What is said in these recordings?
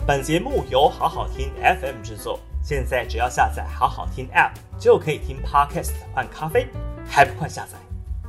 本节目由好好听 FM 制作，现在只要下载好好听 App 就可以听 Podcast 换咖啡，还不快下载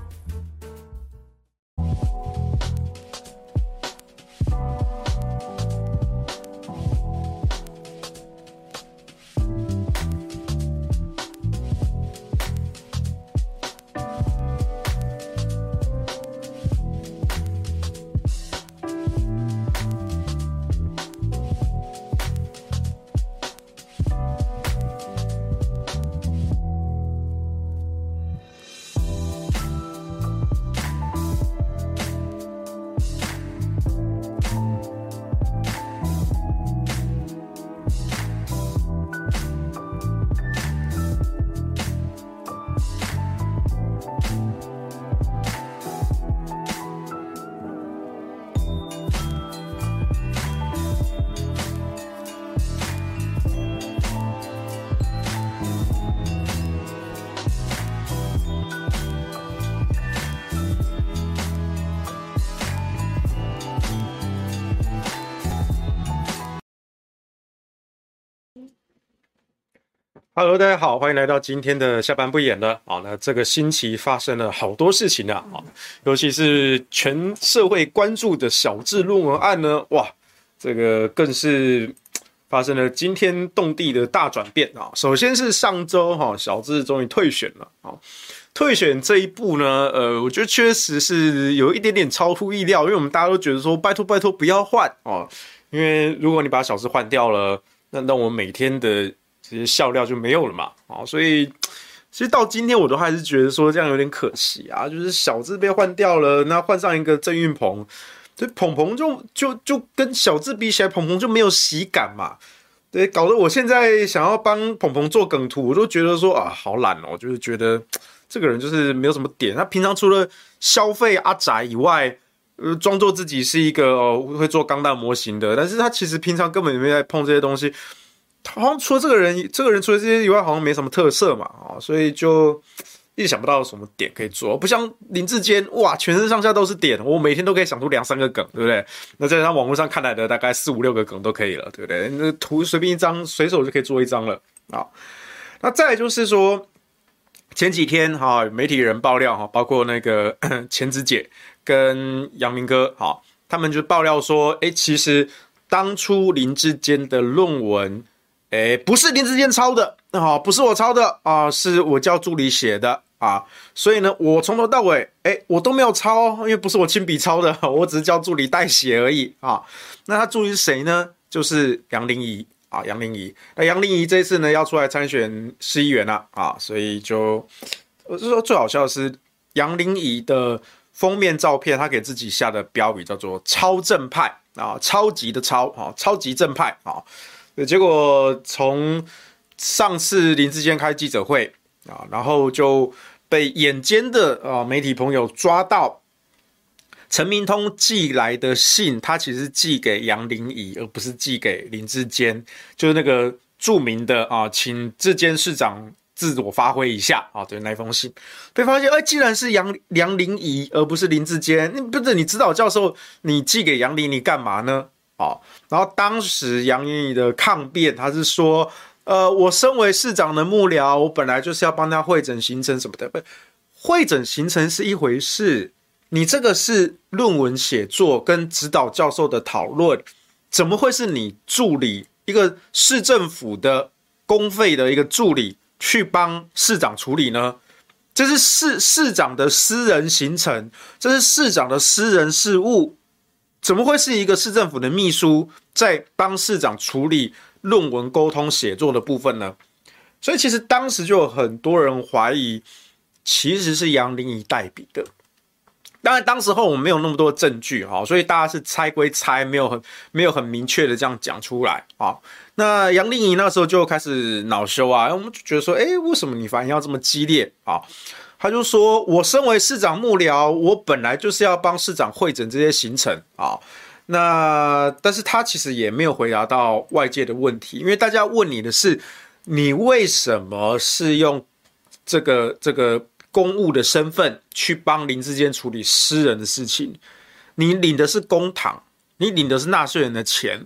Hello， 大家好，欢迎来到今天的下班不演了。那这个星期发生了好多事情啊，尤其是全社会关注的小智论文案呢，哇，这个更是发生了惊天动地的大转变啊。首先是上周小智终于退选了啊。退选这一步呢，我觉得确实是有一点点超乎意料，因为我们大家都觉得说，拜托不要换哦，因为如果你把小智换掉了，那我们每天的这些笑料就没有了嘛，所以其实到今天我都还是觉得说这样有点可惜啊，就是小智被换掉了，那换上一个郑运鹏，所以鹏鹏就跟小智比起来，鹏鹏就没有喜感嘛，对，搞得我现在想要帮鹏鹏做梗图，我都觉得说啊好懒哦，就是觉得这个人就是没有什么点，他平常除了消费阿宅以外，装作自己是一个会做钢弹模型的，但是他其实平常根本没在碰这些东西。好像除了这个人除了这些以外，好像没什么特色嘛，所以就一直想不到有什么点可以做，不像林志坚，哇，全身上下都是点，我每天都可以想出2-3个梗，对不对？那再加上网络上看来的大概4-5-6个梗都可以了，对不对？那图随便一张，随手就可以做一张了啊。那再来就是说，前几天媒体人爆料包括那个钱子姐跟阳明哥他们就爆料说，其实当初林志坚的论文。不是林志坚抄的不是我抄的是我叫助理写的所以呢，我从头到尾我都没有抄，因为不是我亲笔抄的，我只是叫助理代写而已那他助理是谁呢？就是杨玲仪杨玲仪。那杨玲仪这一次呢要出来参选市议员了所以我是说最好笑的是杨玲仪的封面照片，他给自己下的标语叫做超正派超级的超级正派结果从上次林志坚开记者会然后就被眼尖的媒体朋友抓到陈明通寄来的信，他其实是寄给杨玲仪，而不是寄给林志坚，就是那个著名的请志坚市长自我发挥一下对那封信被发现，既然是杨玲仪而不是林志坚，不是你指导教授，你寄给杨玲仪干嘛呢？然后当时杨玲仪的抗辩，他是说，我身为市长的幕僚，我本来就是要帮他会诊行程什么的。会诊行程是一回事，你这个是论文写作跟指导教授的讨论，怎么会是你助理一个市政府的公费的一个助理去帮市长处理呢？这是市长的私人行程，这是市长的私人事务。怎么会是一个市政府的秘书在帮市长处理论文沟通写作的部分呢？所以其实当时就有很多人怀疑，其实是杨玲仪代笔的。当然当时候我们没有那么多证据所以大家是猜归猜，没有很明确的这样讲出来那杨玲仪那时候就开始恼羞我们就觉得说，为什么你反应要这么激烈他就说，我身为市长幕僚，我本来就是要帮市长会诊这些行程但是他其实也没有回答到外界的问题，因为大家问你的是，你为什么是用这个公务的身份去帮林志坚处理私人的事情？你领的是公帑，你领的是纳税人的钱，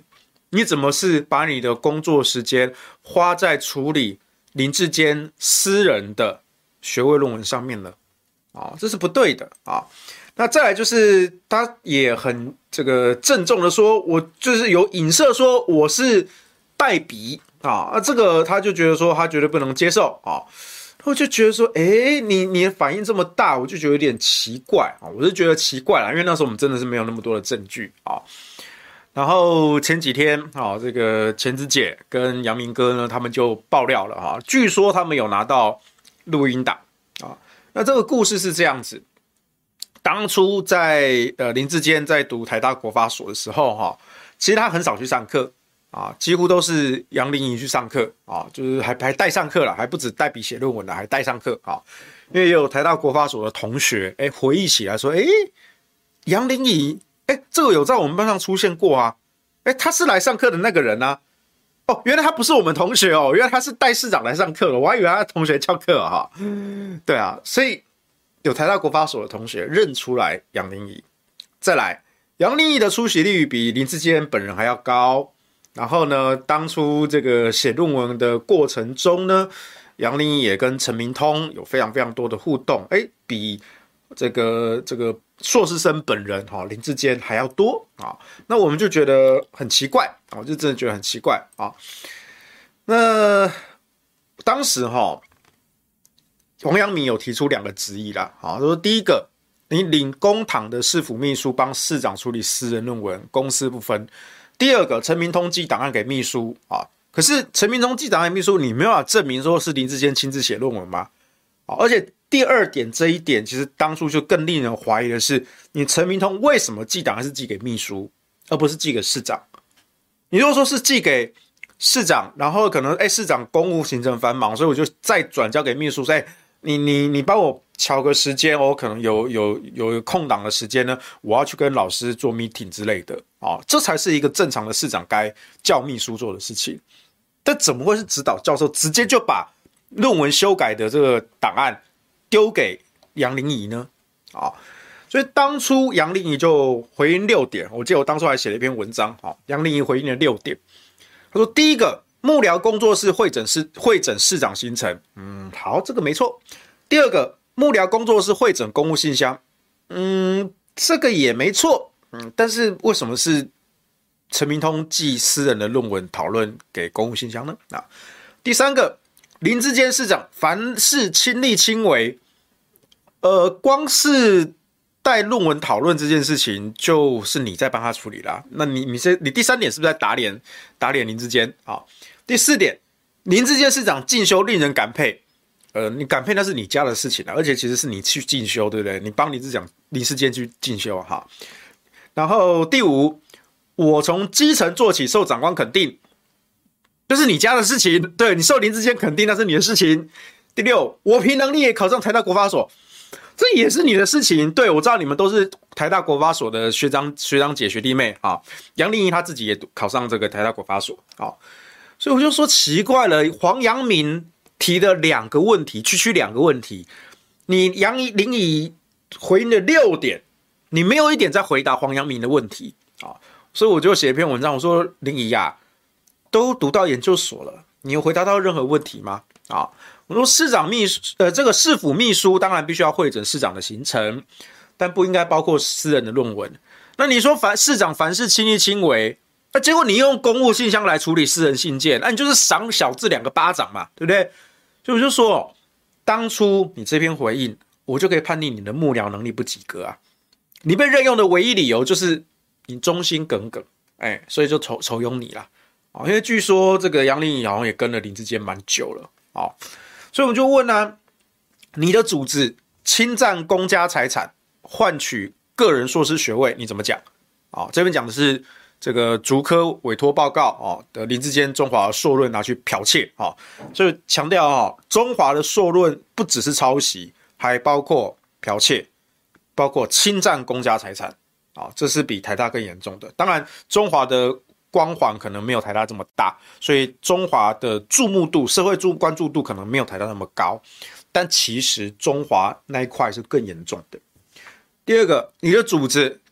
你怎么是把你的工作时间花在处理林智坚私人的学位论文上面呢？这是不对的啊。那再来就是他也很这个郑重的说，我就是有影射说我是代笔啊，这个他就觉得说他绝对不能接受啊。我就觉得说，你的反应这么大，我就觉得有点奇怪啊。我是觉得奇怪啦，因为那时候我们真的是没有那么多的证据啊。然后前几天这个钱子姐跟阳明哥呢，他们就爆料了哈，据说他们有拿到录音档啊。那这个故事是这样子，当初在林智坚在读台大国发所的时候其实他很少去上课啊，几乎都是杨林仪去上课啊，就是还带上课了，还不止带笔写论文了，还带上课啊。因为也有台大国发所的同学回忆起来说，杨林仪这个有在我们班上出现过啊，他是来上课的那个人啊。原来他不是我们同学哦，原来他是带市长来上课的，我还以为他同学翘课哈。对啊，所以有台大国发所的同学认出来杨林仪。再来，杨林仪的出席率比林智坚本人还要高。然后呢，当初这个写论文的过程中呢，杨林仪也跟陈明通有非常非常多的互动，比这个硕士生本人林智坚还要多啊。那我们就觉得很奇怪啊，就真的觉得很奇怪啊。那当时黄阳明有提出2个质疑啦，说第一个，你领公堂的市府秘书帮市长处理私人论文，公私不分。第二个，陈明通寄档案给秘书啊，可是陈明通寄档案给秘书，你没有办法证明说是林智坚亲自写论文吗？而且第2点这一点，其实当初就更令人怀疑的是，你陈明通为什么寄档案是寄给秘书，而不是寄给市长？你如果说是寄给市长，然后可能市长公务行程繁忙，所以我就再转交给秘书，说你帮我瞧个时间，我可能有空档的时间呢，我要去跟老师做 meeting 之类的这才是一个正常的市长该叫秘书做的事情。但怎么会是指导教授直接就把论文修改的这个档案丢给杨林仪呢？所以当初杨林仪就回应6点，我记得我当初还写了一篇文章，杨林仪回应了6点。他说，第一个，幕僚工作室会诊市长行程，好，这个没错。第二个，幕僚工作室会诊公务信箱，这个也没错，但是为什么是陈明通寄私人的论文讨论给公务信箱呢？第三个，林智坚市长凡事亲力亲为，光是带论文讨论这件事情，就是你在帮他处理啦。那你第3点是不是在打脸林智坚？第4点，林智坚市长进修令人感佩，你感佩那是你家的事情而且其实是你去进修，对不对？你帮林智坚去进修哈。然后第5，我从基层做起，受长官肯定，就是你家的事情，对，你受林智坚肯定那是你的事情。第6，我凭能力也考上台大国发所，这也是你的事情。对，我知道你们都是台大国发所的学长姐学弟妹啊。杨林仪他自己也考上这个台大国发所所以我就说奇怪了，黄阳明提的2个问题，区2个问题，你杨林仪回应了6点，你没有一点在回答黄阳明的问题所以我就写一篇文章，我说林仪都读到研究所了，你有回答到任何问题吗？我说市长这个市府秘书当然必须要会诊市长的行程，但不应该包括私人的论文。那你说市长凡事亲力亲为，结果你用公务信箱来处理私人信件，你就是赏小智2个巴掌嘛，对不对？所以我就说，当初你这篇回应，我就可以判定你的幕僚能力不及格你被任用的唯一理由就是你忠心耿耿，所以就酬用你啦。因为据说这个杨林仪好像也跟了林智坚蛮久了所以我们就问你的组织侵占公家财产，换取个人硕士学位，你怎么讲？这边讲的是这个竹科委托报告的林智坚中华的硕论拿去剽窃所以强调中华的硕论不只是抄袭，还包括剽窃，包括侵占公家财产这是比台大更严重的。当然中华的光环可能没有台大这么大，所以中华的注目度、社会关注度可能没有台大那么高，但其实中华那一块是更严重的。第二个，你的组织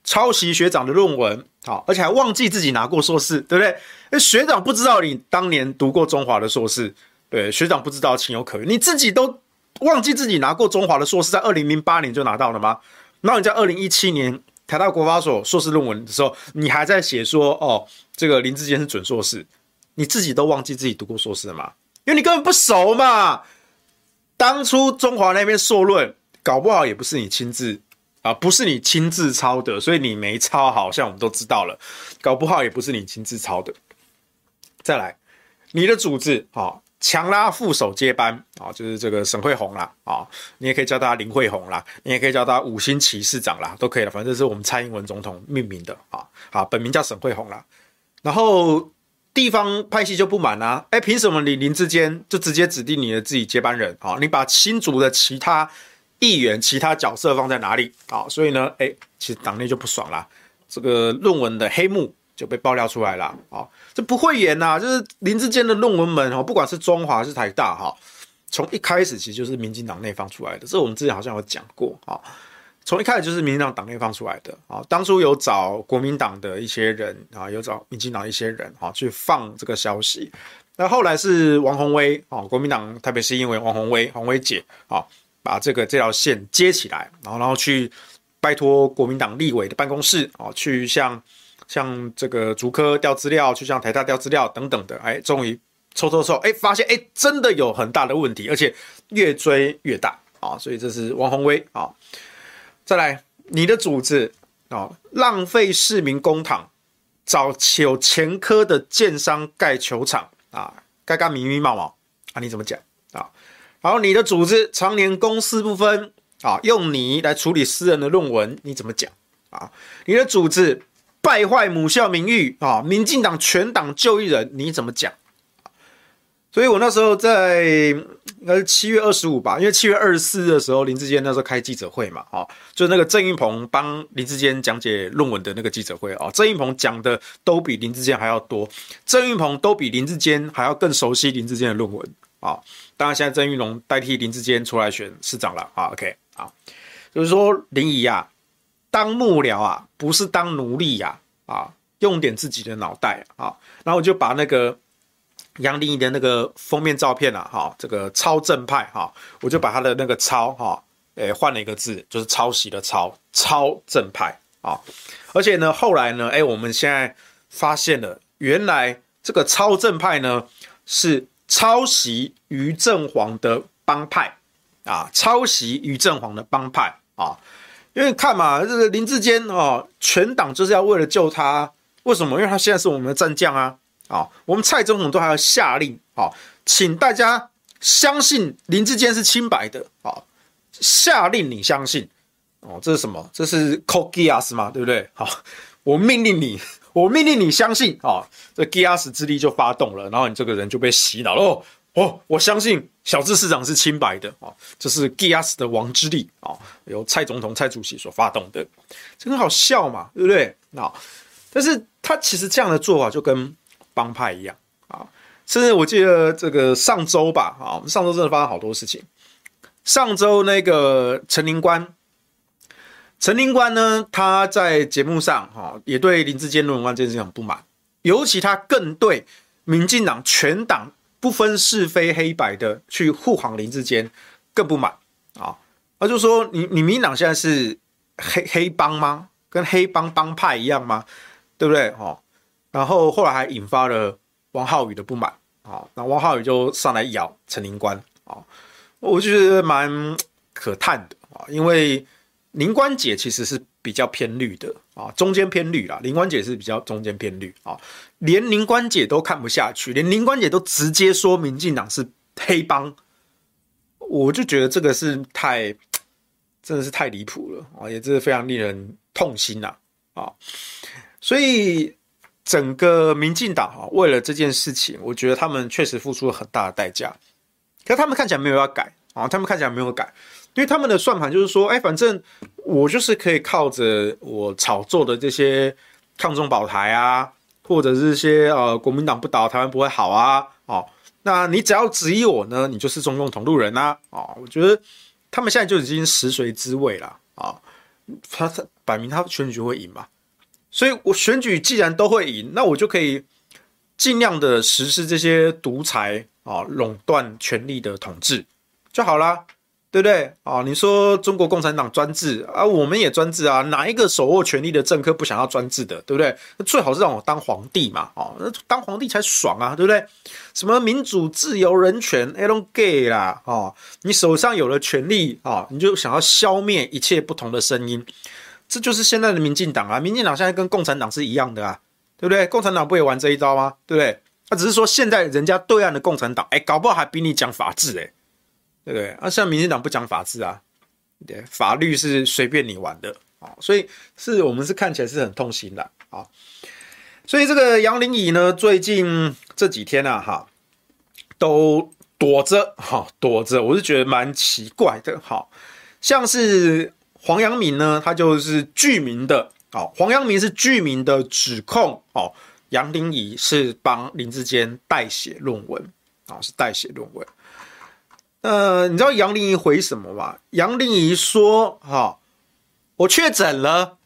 抄袭学长的论文，好，而且还忘记自己拿过硕士，对不对？学长不知道你当年读过中华的硕士，对，学长不知道情有可原，你自己都忘记自己拿过中华的硕士，在2008年就拿到了吗？然后你在2017年台大国发所硕士论文的时候，你还在写说，哦，这个林智坚是准硕士，你自己都忘记自己读过硕士了吗？因为你根本不熟嘛。当初中华那边硕论，搞不好也不是你亲自不是你亲自抄的，所以你没抄好，像我们都知道了，搞不好也不是你亲自抄的。再来，你的组织强拉副手接班就是这个沈慧虹啦你也可以叫他林慧虹啦，你也可以叫他五星旗市长啦，都可以了，反正这是我们蔡英文总统命名的本名叫沈慧虹啦。然后地方派系就不满啦，凭什么你林智坚就直接指定你的自己接班人你把新竹的其他议员、其他角色放在哪里所以呢，其实党内就不爽啦，这个论文的黑幕就被爆料出来了这不会演就是林智坚的论文们不管是中华还是台大从一开始其实就是民进党内放出来的，这我们之前好像有讲过从一开始就是民进党党内放出来的当初有找国民党的一些人有找民进党一些人去放这个消息，那后来是王宏威国民党台北市议员王宏威姐把这条线接起来，然后去拜托国民党立委的办公室去向这个竹科调资料，去向台大调资料等等的，终于抽，发现真的有很大的问题，而且越追越大所以这是王宏威再来，你的组织浪费市民公帑，找有前科的建商盖球场盖迷迷毛毛你怎么讲然后你的组织常年公私不分用你来处理私人的论文，你怎么讲你的组织败坏母校名誉民进党全党就一人，你怎么讲所以我那时候在应该是7月25吧，因为7月24的时候林智坚那时候开记者会嘛就是那个郑运鹏帮林智坚讲解论文的那个记者会郑运鹏讲的都比林智坚还要多，郑运鹏都比林智坚还要更熟悉林智坚的论文当然现在郑运龙代替林智坚出来选市长了OK 就是说林怡当幕僚不是当奴隶用点自己的脑袋然后我就把那个杨林怡的那个封面照片这个超正派我就把他的那个超换了一个字，就是抄袭的抄，超正派而且呢后来呢我们现在发现了，原来这个超正派呢是抄袭于正煌的帮派抄袭于正煌的帮派因为看嘛，这个林智坚全党就是要为了救他，为什么？因为他现在是我们的战将我们蔡总统都还要下令请大家相信林智坚是清白的下令你相信这是什么？这是 code Gias 嘛，对不对？我命令你相信这 Gias 之力就发动了，然后你这个人就被洗脑了我相信小智市长是清白的这是 Gias 的王之力由蔡总统蔡主席所发动的，这很好笑嘛，对不对？但是他其实这样的做法就跟帮派一样甚至我记得这个上周吧上周真的发生好多事情。上周那个陈林官呢，他在节目上也对林智坚论文案这件事情很不满，尤其他更对民进党全党不分是非黑白的去护航林智坚更不满他就说你民进党现在是黑帮吗？跟黑帮帮派一样吗？对不对然后后来还引发了王浩宇的不满那王浩宇就上来咬陈林官我就觉得蛮可叹的因为林官姐其实是比较偏绿的中间偏绿啦，林官姐是比较中间偏绿连林官姐都看不下去，连林官姐都直接说民进党是黑帮，我就觉得这个是真的是太离谱了也真是非常令人痛心所以整个民进党为了这件事情，我觉得他们确实付出了很大的代价，可是他们看起来没有要改他们看起来没有改，因为他们的算盘就是说反正我就是可以靠着我炒作的这些抗中保台或者是这些国民党不倒台湾不会好那你只要质疑我呢，你就是中共同路人我觉得他们现在就已经食髓知味了摆明他选举会赢嘛。所以我选举既然都会赢，那我就可以尽量的实施这些独裁垄断权力的统治就好啦，对不对你说中国共产党专制啊，我们也专制啊，哪一个手握权力的政客不想要专制的，对不对？最好是让我当皇帝嘛，当皇帝才爽啊，对不对？什么民主、自由、人权 ，I don't get 啦，你手上有了权力你就想要消灭一切不同的声音，这就是现在的民进党啊，民进党现在跟共产党是一样的啊。对不对？共产党不也玩这一招吗？对不对？只是说现在人家对岸的共产党，搞不好还比你讲法治，对不对？像民进党不讲法治啊，对，法律是随便你玩的所以我们是看起来是很痛心的所以这个杨林仪呢，最近这几天都躲着，我是觉得蛮奇怪的像是黄阳明呢，他就是具名的。黄阳明是具名的指控杨林仪是帮林智坚代写论文是代写论文。你知道杨林仪回什么吗？杨林仪说我确诊了。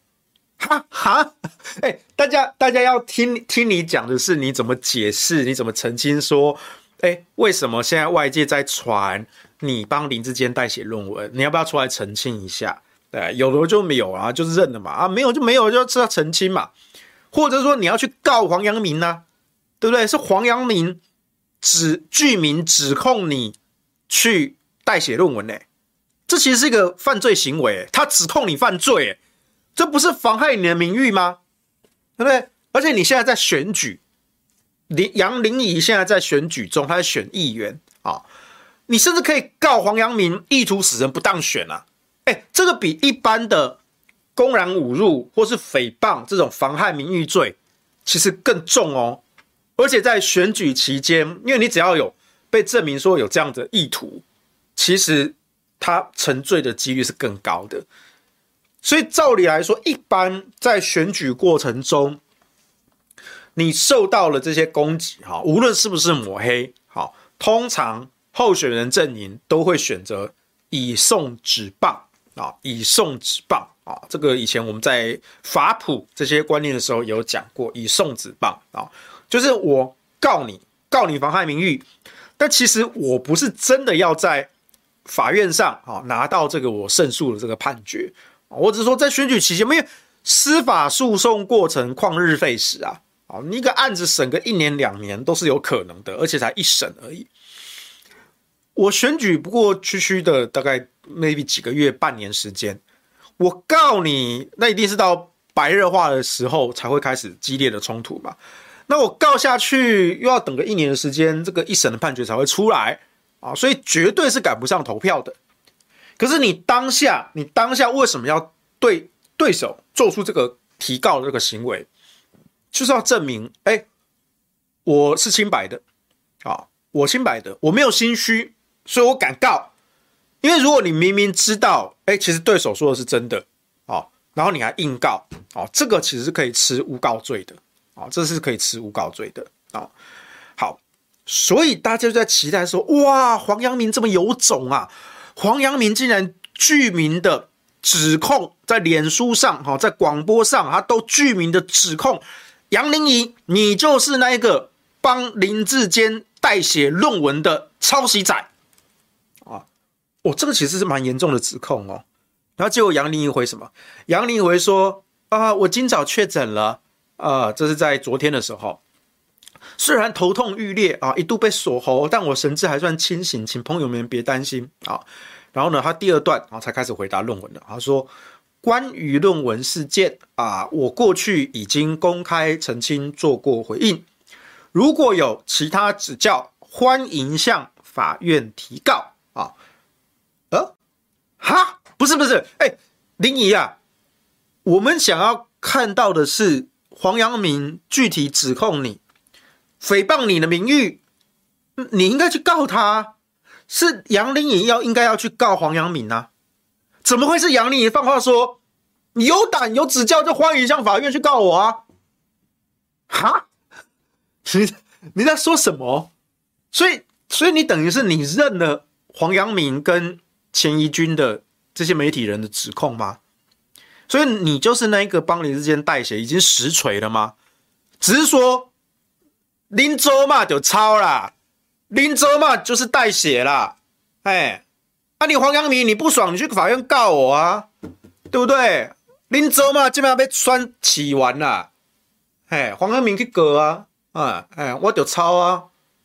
大家要听你讲的是你怎么解释，你怎么澄清说为什么现在外界在传你帮林智坚代写论文，你要不要出来澄清一下？对，有的就没有啊，就是认了嘛没有就没有，就是要澄清嘛。或者说你要去告黄阳明啊，对不对？是黄阳明具名指控你去代写论文这其实是一个犯罪行为他指控你犯罪这不是妨害你的名誉吗？对不对？而且你现在在选举，杨林仪现在在选举中，他在选议员你甚至可以告黄阳明意图使人不当选啊。这个比一般的公然侮辱或是诽谤这种妨害名誉罪其实更重而且在选举期间，因为你只要有被证明说有这样的意图，其实他成罪的几率是更高的。所以照理来说，一般在选举过程中你受到了这些攻击无论是不是抹黑通常候选人阵营都会选择以送指棒以送指棒这个以前我们在法普这些观念的时候有讲过，以送指棒就是我告你妨害名誉，但其实我不是真的要在法院上拿到这个我胜诉的这个判决，我只是说在选举期间，因为司法诉讼过程旷日费时你一个案子审个1年2年都是有可能的，而且才一审而已。我选举不过区的大概 maybe 几个月半年时间，我告你那一定是到白热化的时候才会开始激烈的冲突嘛。那我告下去又要等个1年的时间，这个一审的判决才会出来所以绝对是赶不上投票的。可是你当下为什么要对对手做出这个提告的这个行为？就是要证明我是清白的我清白的，我没有心虚，所以我敢告。因为如果你明明知道其实对手说的是真的然后你还硬告这个其实是可以吃诬告罪的这是可以吃诬告罪的好，所以大家就在期待说，哇，黄阳明这么有种黄阳明竟然具名的指控，在脸书上在广播上他都具名的指控杨林仪你就是那一个帮林智坚代写论文的抄袭仔这个其实是蛮严重的指控然后结果杨林仪回什么？杨林仪回说我今早确诊了这是在昨天的时候，虽然头痛欲裂一度被锁喉，但我神志还算清醒，请朋友们别担心然后呢，他第二段才开始回答论文了。他说，关于论文事件我过去已经公开澄清做过回应，如果有其他指教，欢迎向法院提告不是林仪我们想要看到的是黄阳明具体指控你诽谤你的名誉，你应该去告他是杨林仪应该要去告黄阳明怎么会是杨林仪放话说你有胆有指教就欢迎向法院去告我你在说什么？所以你等于是你认了黄阳明跟钱怡君的这些媒体人的指控吗？ 所以你就是那一个帮林志坚代写已经实锤了吗？只是说林州嘛就抄啦，林州嘛就是代写啦，哎，你黄阳明你不爽，你去法院告我啊，对不对？林州嘛基本上被酸起完啦，哎，黄阳明去告啊，我就抄啊，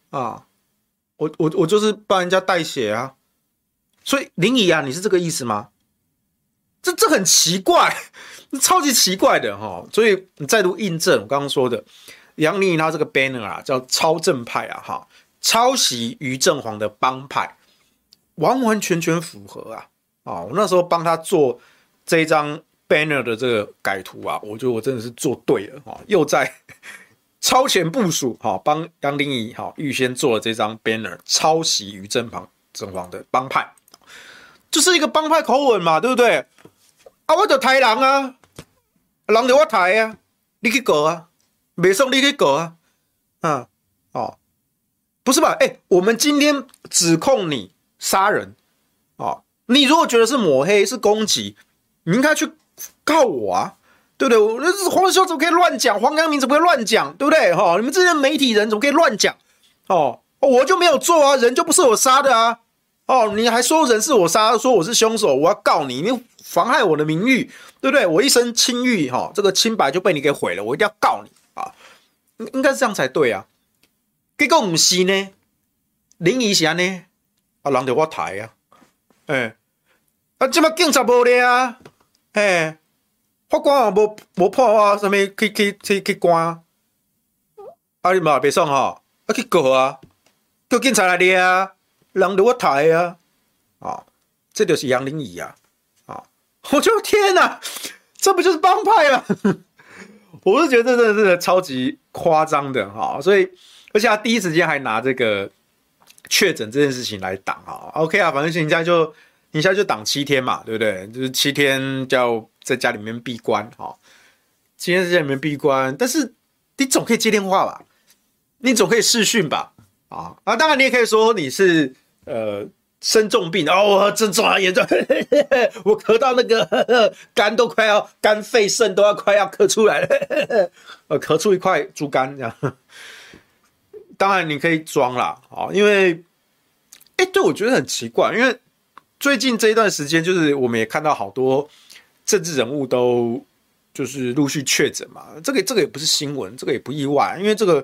我就是帮人家代写啊，所以林怡啊，你是这个意思吗？这很奇怪，超级奇怪的哈，所以你再度印证我刚刚说的，杨林怡他这个 banner 啊，叫超正派啊，哈，抄袭于正煌的帮派，完完全全符合啊，我那时候帮他做这一张 banner 的这个改图啊，我觉得我真的是做对了哈，又在超前部署哈，帮杨林怡哈预先做了这张 banner， 抄袭于正煌的帮派，就是一个帮派口吻嘛，对不对？我就台人啊，人就我台啊，你去告啊，不爽你去告啊，不是吧？我们今天指控你杀人，你如果觉得是抹黑是攻击，你应该去告我啊，对不对？黄秀怎么可以乱讲？黄阳明怎么可以乱讲？对不对？你们这些媒体人怎么可以乱讲？我就没有做啊，人就不是我杀的啊，你还说人是我杀，说我是凶手，我要告你，你妨害我的名誉，对不对？我一身清誉，这个清白就被你给毁了，我一定要告你啊！应该是这样才对啊。结果不是呢，林怡是安呢，人就我台啊，现在警察无咧啊，法官也无判我什么去关，你嘛别爽哈，去告啊，叫警察来咧啊，人就我台啊，这就是杨林怡啊。我就天哪，这不就是帮派吗？我是觉得这真的是超级夸张的哈，所以而且他第一时间还拿这个确诊这件事情来挡啊。OK 啊，反正你现在就挡7天嘛，对不对？就是7天叫在家里面闭关哈，7天在家里面闭关，但是你总可以接电话吧，你总可以视讯吧，当然你也可以说你是生重病我症状很严重，我咳到那个肝都快要肝肺肾都要快要咳出来了，咳出一块猪肝这样。当然你可以装啦，因为对，我觉得很奇怪，因为最近这一段时间，就是我们也看到好多政治人物都就是陆续确诊嘛，这个也不是新闻，这个也不意外，因为这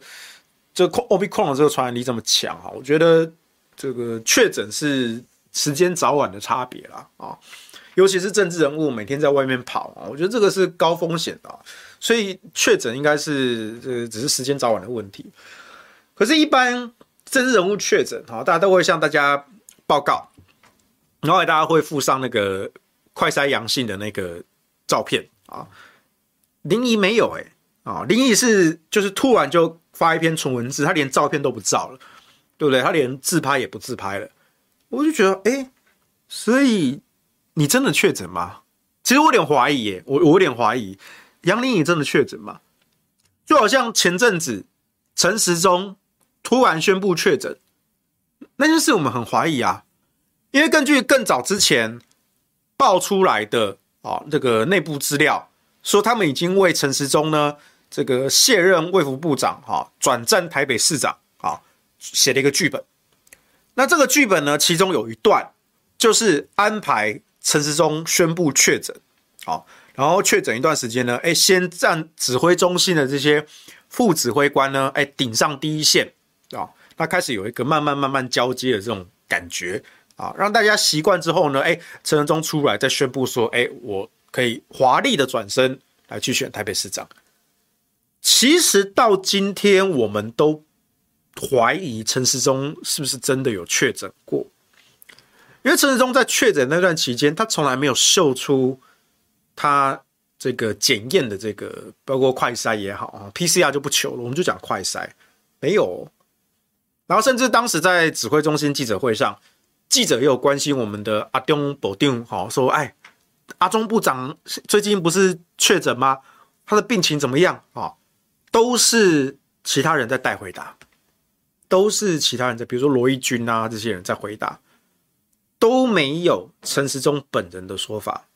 Omicron 的这个传染力这么强我觉得这个确诊是时间早晚的差别啦尤其是政治人物每天在外面跑我觉得这个是高风险的所以确诊应该是只是时间早晚的问题。可是，一般政治人物确诊大家都会向大家报告，然后大家会附上那个快筛阳性的那个照片林怡没有林怡是就是突然就发一篇纯文字，他连照片都不照了。对不对？他连自拍也不自拍了，我就觉得，所以你真的确诊吗？其实我有点怀疑我有点怀疑，杨林怡真的确诊吗？就好像前阵子陈时中突然宣布确诊，那件事我们很怀疑啊，因为根据更早之前爆出来的这个内部资料，说他们已经为陈时中呢这个卸任卫福部长转战台北市长写了一个剧本，那这个剧本呢，其中有一段就是安排陈时中宣布确诊，然后确诊一段时间呢，先让指挥中心的这些副指挥官呢，顶上第一线那开始有一个慢慢交接的这种感觉让大家习惯之后呢，陈时中出来再宣布说，我可以华丽的转身来去选台北市长。其实到今天我们都怀疑陈时中是不是真的有确诊过，因为陈时中在确诊那段期间，他从来没有秀出他这个检验的这个，包括快筛也好，PCR 就不求了，我们就讲快筛，没有。然后甚至当时在指挥中心记者会上，记者也有关心我们的阿中部长，说，阿中部长最近不是确诊吗？他的病情怎么样都是其他人在带回答。都是其他人在，比如说罗一军这些人在回答，都没有陈时中本人的说法。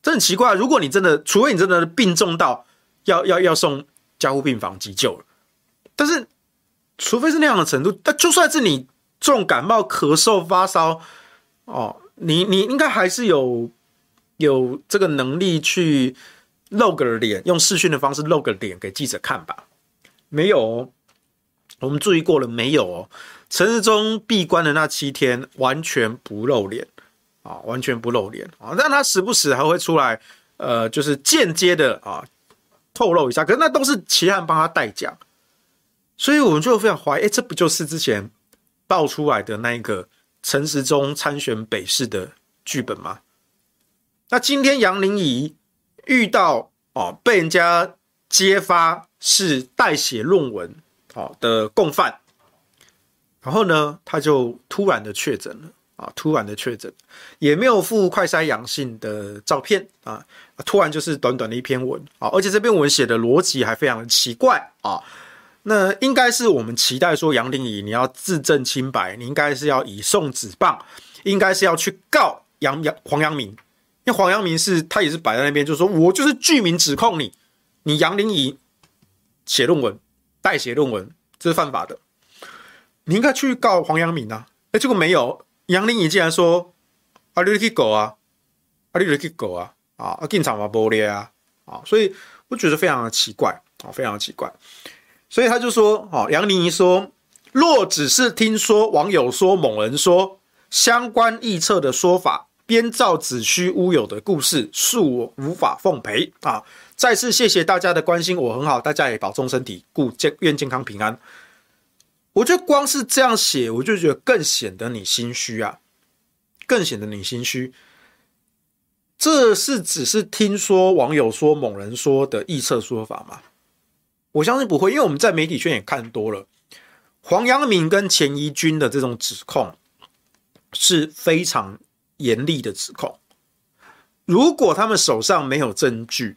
这很奇怪。如果你真的，除非你真的病重到要送加护病房急救了，但是除非是那样的程度，但就算是你重感冒、咳嗽、发烧，哦，你应该还是有这个能力去露个脸，用视讯的方式露个脸给记者看吧？没有哦，我们注意过了，没有哦。陈时中闭关的那7天，完全不露脸啊，完全不露脸啊。但他时不时还会出来，就是间接的啊透露一下，可是那都是其他人帮他代讲，所以我们就非常怀疑，这不就是之前爆出来的那一个陈时中参选北市的剧本吗？那今天杨玲仪遇到被人家揭发是代写论文的共犯，然后呢，他就突然的确诊了突然的确诊，也没有附快筛阳性的照片突然就是短短的一篇文而且这篇文写的逻辑还非常的奇怪那应该是我们期待说杨玲仪你要自证清白，你应该是要以送纸棒，应该是要去告黄阳明，因为黄阳明他也是摆在那边，就是说我就是具名指控你杨玲仪写论文代写论文，这是犯法的，你应该去告黄阳明结果没有，杨玲仪竟然说你就去告你就去告警察嘛没咧所以我觉得非常的奇怪非常的奇怪。所以他就说杨玲仪说，若只是听说网友说某人说相关臆测的说法，编造子虚乌有的故事，恕我无法奉陪再次谢谢大家的关心，我很好，大家也保重身体，愿健康平安。我觉得光是这样写，我就觉得更显得你心虚更显得你心虚。这是只是听说网友说某人说的臆测说法吗？我相信不会，因为我们在媒体圈也看多了，黄阳明跟钱怡君的这种指控是非常严厉的指控。如果他们手上没有证据，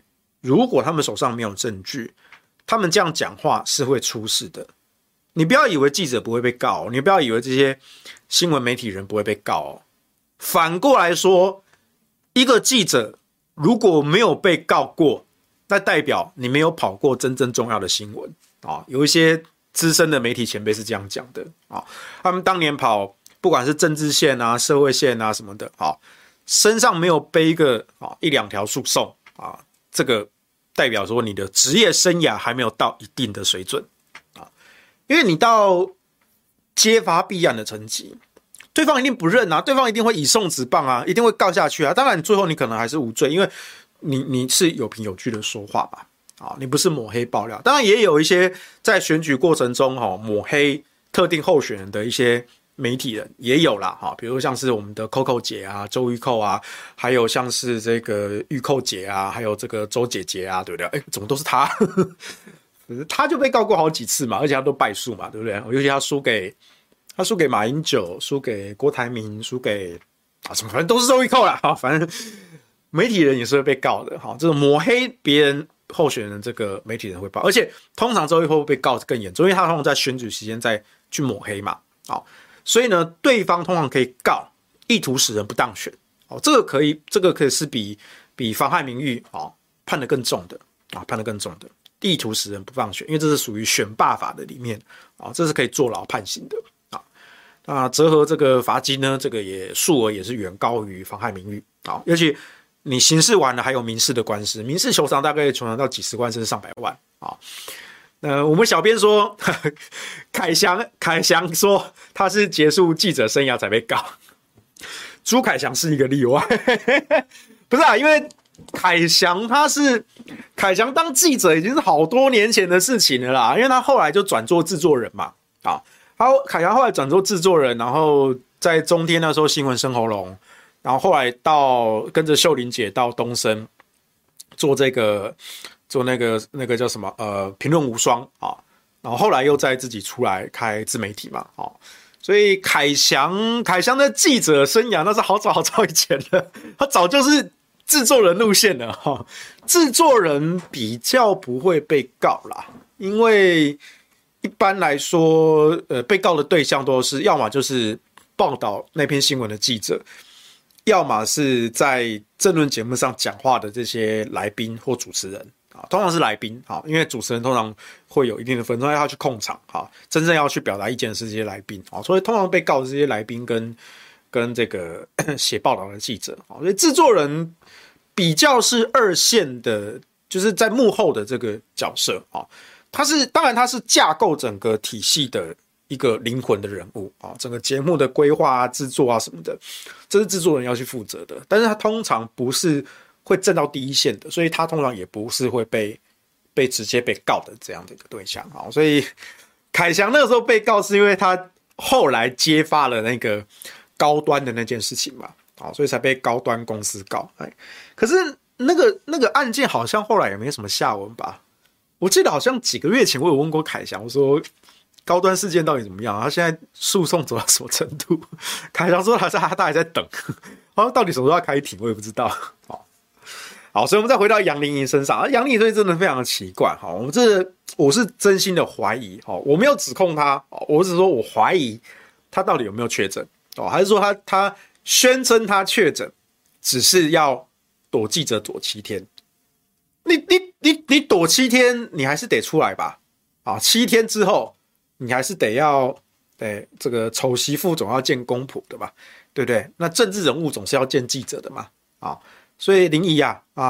他们这样讲话是会出事的。你不要以为记者不会被告你不要以为这些新闻媒体人不会被告反过来说，一个记者如果没有被告过，那代表你没有跑过真正重要的新闻有一些资深的媒体前辈是这样讲的他们当年跑不管是政治线社会线什么的身上没有背一两条诉讼这个代表说你的职业生涯还没有到一定的水准因为你到揭发弊案的层级，对方一定不认对方一定会以送纸棒一定会告下去当然最后你可能还是无罪，因为你是有凭有据的说话吧你不是抹黑爆料。当然也有一些在选举过程中抹黑特定候选人的一些媒体人也有啦比如像是我们的 Coco 姐周玉蔻还有像是这个玉蔻姐还有这个周姐姐对不对？怎么都是她他就被告过好几次嘛，而且他都败诉嘛，对不对？尤其他输给马英九，输给郭台铭，输给什么，反正都是周玉蔻啦反正媒体人也是会被告的这种抹黑别人候选人，这个媒体人会报，而且通常周玉蔻会被告更严重，因为他通常在选举期间再去抹黑嘛所以呢，对方通常可以告意图使人不当选这个可以是比妨害名誉判得更重的判得更重的。意图使人不当选，因为这是属于选罢法的里面这是可以坐牢判刑的那折合这个罚金呢，这个数额也是远高于妨害名誉尤其你刑事完了还有民事的官司，民事求偿大概求偿到几十万甚至上百万我们小编说凯翔说他是结束记者生涯才被告，朱凯翔是一个例外不是因为凯翔当记者已经是好多年前的事情了啦，因为他后来就转做制作人嘛凯翔后来转做制作人，然后在中天那时候新闻生喉咙，然后后来跟着秀玲姐到东森做那个叫什么评论无双然后后来又再自己出来开自媒体嘛所以凯翔的记者生涯那是好早以前的，他早就是制作人路线的制作人比较不会被告啦，因为一般来说被告的对象都是要么就是报道那篇新闻的记者， 要么是在政论节目上讲话的这些来宾或主持人啊，通常是来宾啊，因为主持人通常会有一定的分寸，要去控场啊，真正要去表达意见的是这些来宾啊，所以通常被告的这些来宾跟这个写报道的记者啊，所以制作人比较是二线的，就是在幕后的这个角色啊，当然他是架构整个体系的一个灵魂的人物啊，整个节目的规划啊、制作啊什么的，这是制作人要去负责的。但是他通常不是会站到第一线的，所以他通常也不是会被直接被告的这样的一个对象啊。所以凯翔那个时候被告是因为他后来揭发了那个高端的那件事情嘛，啊，所以才被高端公司告。可是那个案件好像后来也没什么下文吧？我记得好像几个月前我有问过凯翔，我说高端事件到底怎么样？他现在诉讼走到什么程度？凯翔说他还在等，好像到底什么时候要开庭，我也不知道。好，所以我们再回到杨玲仪身上，杨玲仪真的非常的奇怪。我是真心的怀疑，我没有指控他，我只是说我怀疑他到底有没有确诊，还是说他宣称他确诊，只是要躲记者躲7天？你躲7天，你还是得出来吧？啊，7天之后，你还是得要，这个丑媳妇总要见公婆的吧，对不对？那政治人物总是要见记者的嘛，啊，所以林怡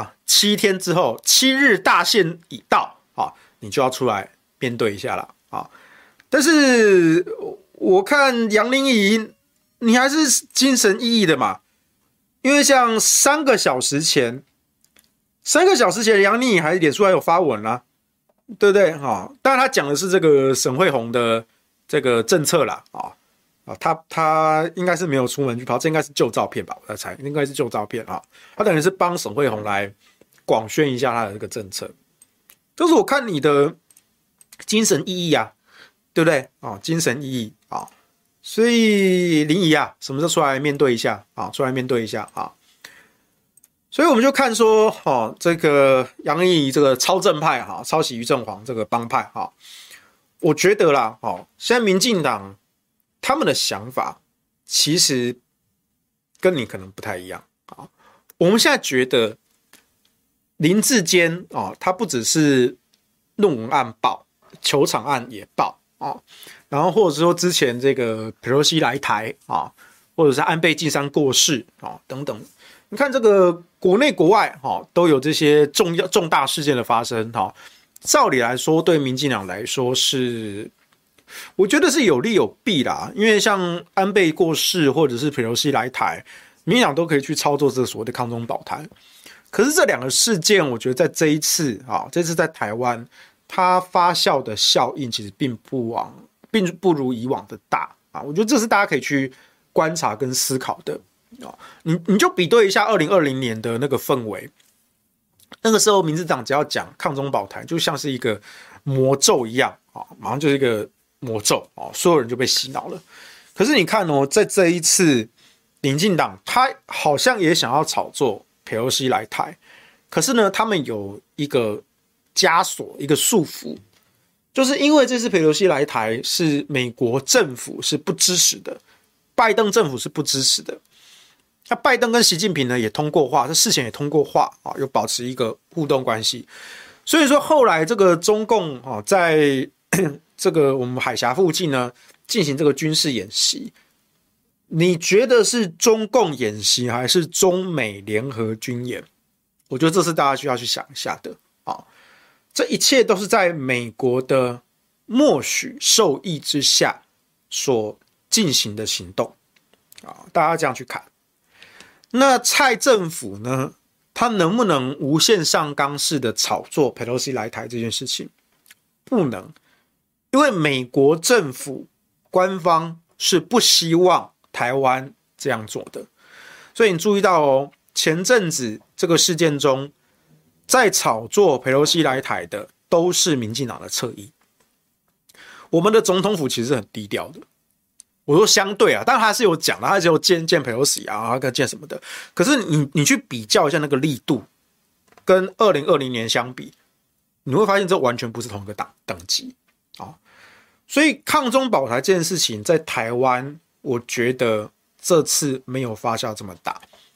7天之后，7日大限已到，啊，你就要出来面对一下了，啊。但是我看杨玲仪，你还是精神奕奕的嘛，因为像3个小时前，杨玲仪还脸书还有发文啦，对不对？当然他讲的是这个沈慧虹的这个政策啦，他应该是没有出门去跑，这应该是旧照片吧？我在猜，应该是旧照片啊。他等于是帮沈慧虹来广宣一下他的这个政策。就是我看你的精神奕奕啊，对不对？精神奕奕啊，所以林怡什么时候出来面对一下啊？出来面对一下啊！所以我们就看说，这个杨玲仪这个超正派抄袭于正煌这个帮派我觉得啦，现在民进党他们的想法其实跟你可能不太一样啊。我们现在觉得林智坚他不只是论文案爆，球场案也爆然后或者说之前这个裴洛西来台或者是安倍晋三过世等等。你看这个国内国外都有这些重大事件的发生照理来说对民进党来说是我觉得是有利有弊啦，因为像安倍过世或者是裴洛西来台，民进党都可以去操作这个所谓的抗中保台。可是这2个事件我觉得在这一次在台湾它发酵的效应其实并不如以往的大我觉得这是大家可以去观察跟思考的你就比对一下2020年的那个氛围，那个时候民进党只要讲抗中保台，就像是一个魔咒一样马上就是一个魔咒所有人就被洗脑了。可是你看在这一次民进党他好像也想要炒作裴洛西来台，可是呢他们有一个枷锁，一个束缚，就是因为这次裴洛西来台是美国政府是不支持的，拜登政府是不支持的。那拜登跟习近平呢也通过话，这事前也通过话有保持一个互动关系。所以说后来这个中共在这个我们海峡附近呢进行这个军事演习，你觉得是中共演习还是中美联合军演？我觉得这是大家需要去想一下的这一切都是在美国的默许授意之下所进行的行动大家这样去看。那蔡政府呢，他能不能无限上纲式的炒作裴洛西来台这件事情？不能，因为美国政府官方是不希望台湾这样做的。所以你注意到前阵子这个事件中，在炒作裴洛西来台的都是民进党的侧翼。我们的总统府其实是很低调的。我说相对当然他是有讲的，他是有见裴洛西跟见什么的。可是你去比较一下那个力度，跟2020年相比，你会发现这完全不是同一个等级所以抗中保台这件事情在台湾，我觉得这次没有发酵这么大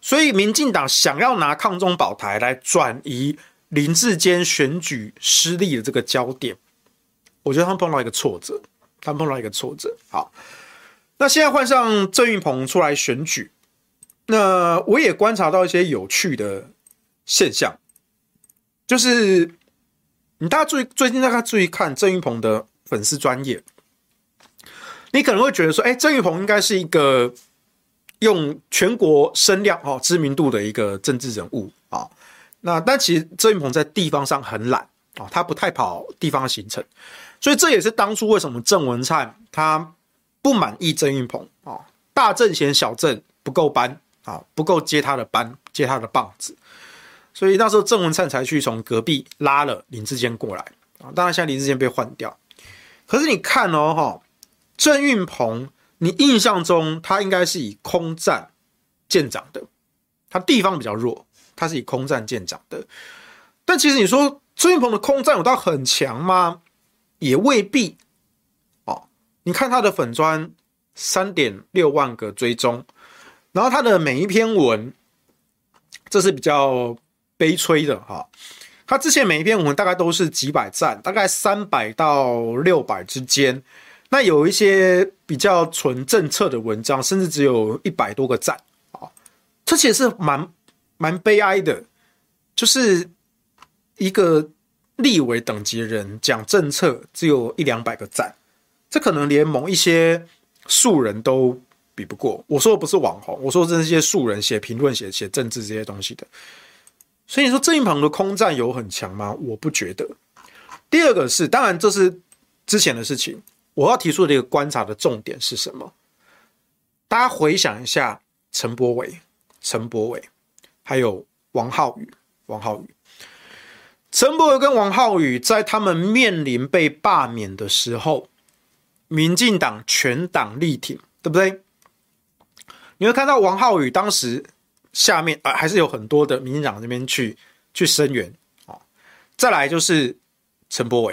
所以民进党想要拿抗中保台来转移林智坚选举失利的这个焦点，我觉得他们碰到一个挫折，好，那现在换上郑运鹏出来选举，那我也观察到一些有趣的现象，就是大家最近大家注意看郑运鹏的粉丝专页，你可能会觉得说，郑运鹏应该是一个用全国声量知名度的一个政治人物啊。那但其实郑运鹏在地方上很懒啊，他不太跑地方行程，所以这也是当初为什么郑文灿他不满意郑运鹏啊，大郑嫌小郑不够班啊，不够接他的班，接他的棒子，所以那时候郑文灿才去从隔壁拉了林智坚过来啊。当然现在林智坚被换掉，可是你看郑运鹏，你印象中他应该是以空战见长的，他地方比较弱，他是以空战见长的。但其实你说郑运鹏的空战有到很强吗？也未必你看他的粉专 3.6 万个追踪，然后他的每一篇文，这是比较悲催的他之前每一篇文大概都是几百赞，大概300到600之间。那有一些比较纯政策的文章，甚至只有100多个赞这其实是蛮悲哀的，就是一个立委等级的人讲政策只有100-200个赞，这可能连某一些素人都比不过。我说的不是网红，我说的是这些素人写评论、写政治这些东西的。所以你说郑运鹏的空战有很强吗？我不觉得。第二个是，当然这是之前的事情。我要提出的一个观察的重点是什么？大家回想一下陈柏惟，还有王浩宇。陈柏惟跟王浩宇在他们面临被罢免的时候，民进党全党力挺，对不对？你会看到王浩宇当时下面还是有很多的民进党这边去声援再来就是陈柏